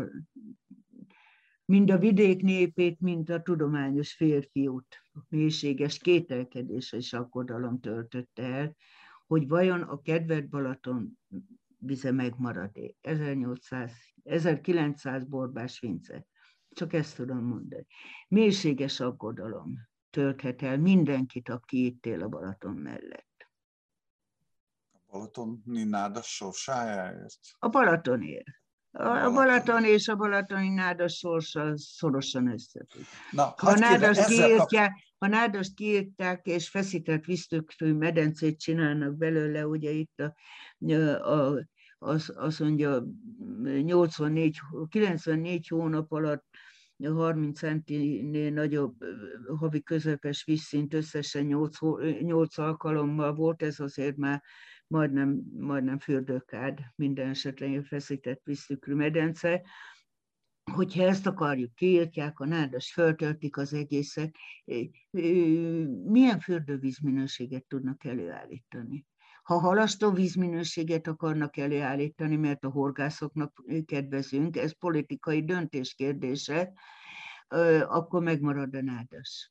mind a vidék népét, mind a tudományos férfiút, a mélységes kételkedés és aggodalom töltötte el, hogy vajon a kedvelt Balaton vize megmarad-e. ezernyolcszáz, ezerkilencszáz Borbás Vince. Csak ezt tudom mondani. Mélységes aggodalom tölthet el mindenkit, aki itt él a Balaton mellett. A balatoni nádas sorsájáért? A Balatonért. A, a Balaton és a balatoni nádas sorsa szorosan összefügg. Ha a nádast kiírtják, ha nádost kiírtják és feszített víztükrű medencét csinálnak belőle, ugye itt a, a, az, azt mondja, nyolcvannégy, kilencvennégy hónap alatt harminc centinél nagyobb havi közepes vízszint összesen nyolc alkalommal volt, ez azért már majdnem, majdnem fürdőkád, minden esetlen feszített víztükrű medence. hogyha ezt akarjuk, kiírtják a nádas, föltöltik az egészet, milyen fürdővízminőséget tudnak előállítani? Ha halasztó vízminőséget akarnak előállítani, mert a horgászoknak kedvezünk, ez politikai döntés kérdése, akkor megmarad a nádas.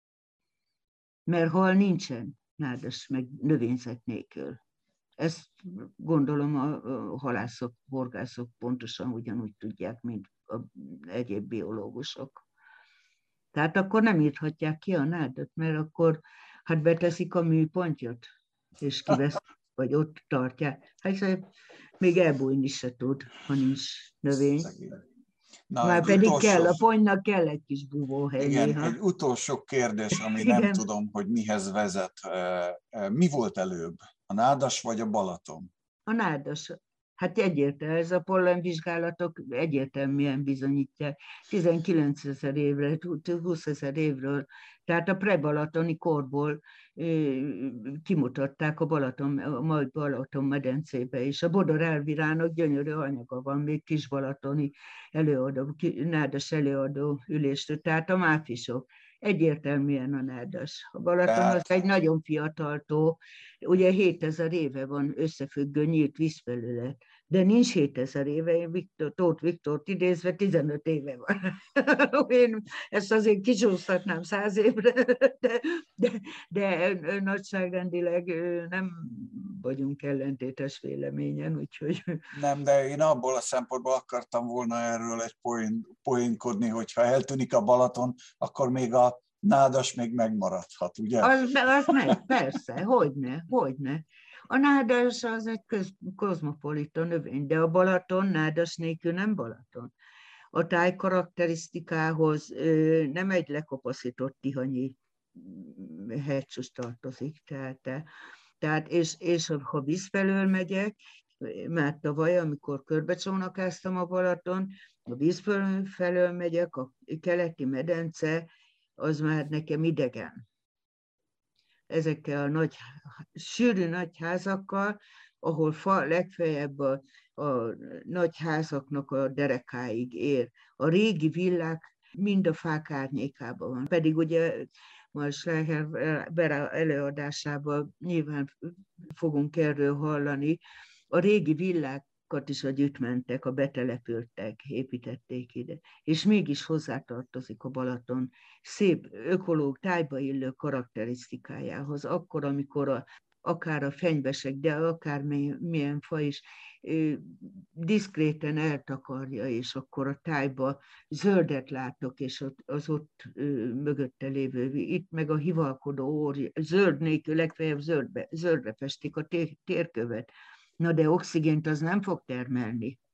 Mert hal nincsen nádas, meg növényzet nélkül. Ezt gondolom a halászok, horgászok pontosan ugyanúgy tudják, mint az egyéb biológusok. Tehát akkor nem írhatják ki a nádat, mert akkor hát beteszik a műpontyot, és kivesz, vagy ott tartják. Hát még elbújni se tud, ha nincs növény. Na, már pedig utolsó... kell, a ponynak kell egy kis búvóhely. Igen, néha. Egy utolsó kérdés, ami Igen. nem tudom, hogy mihez vezet. Mi volt előbb? A nádas vagy a Balaton? A nádas. Hát egyértelmű, ez a pollenvizsgálatok egyértelműen bizonyítják. tizenkilencezer évre, húszezer évről, tehát a pre-balatoni korból kimutatták a Balaton, a mai Balaton medencébe is. A Bodor Elvirának gyönyörű anyaga van, még kisbalatoni előadó, nádas előadó ülésről, tehát a máfisok. Egyértelműen a nádas. A Balaton Tehát... az egy nagyon fiatal tó, ugye hétezer éve van összefüggő nyílt vízfelület, de nincs hétezer éve, én Viktor, Tóth Viktort idézve tizenöt éve van. Én ezt azért kicsúsztatnám száz évre, de, de, de nagyságrendileg nem vagyunk ellentétes véleményen, úgyhogy... Nem, de én abból a szempontból akartam volna erről egy poén, poénkodni, hogyha eltűnik a Balaton, akkor még a nádas még megmaradhat, ugye? Az, az meg, persze, hogyne, hogyne. A nádas az egy köz, kozmopolita növény, de a Balaton nádas nélkül nem Balaton. A táj karakterisztikához nem egy lekopaszított tihanyi hegycsúcs tartozik. Tehát, tehát és, és ha víz felől megyek, már tavaly, amikor körbecsónakáztam a Balaton, a víz felől megyek, a keleti medence, az már nekem idegen. Ezekkel a nagy, sűrű nagy házakkal, ahol fa legfeljebb a, a nagy házaknak a derekáig ér. A régi villák mind a fák árnyékában van. Pedig ugye ma Schleicher Bera előadásában nyilván fogunk erről hallani. A régi villákat is együtt mentek, a betelepültek, építették ide. És mégis hozzátartozik a Balaton szép ökológ, tájba illő karakterisztikájához. Akkor, amikor a, akár a fenyvesek, de akár milyen fa is diszkréten eltakarja, és akkor a tájba zöldet látok, és az ott mögötte lévő, itt meg a hivalkodó óri, zöld nélkül, legfeljebb zöldbe, zöldre festik a tér, térkövet. Na de oxigént az nem fog termelni.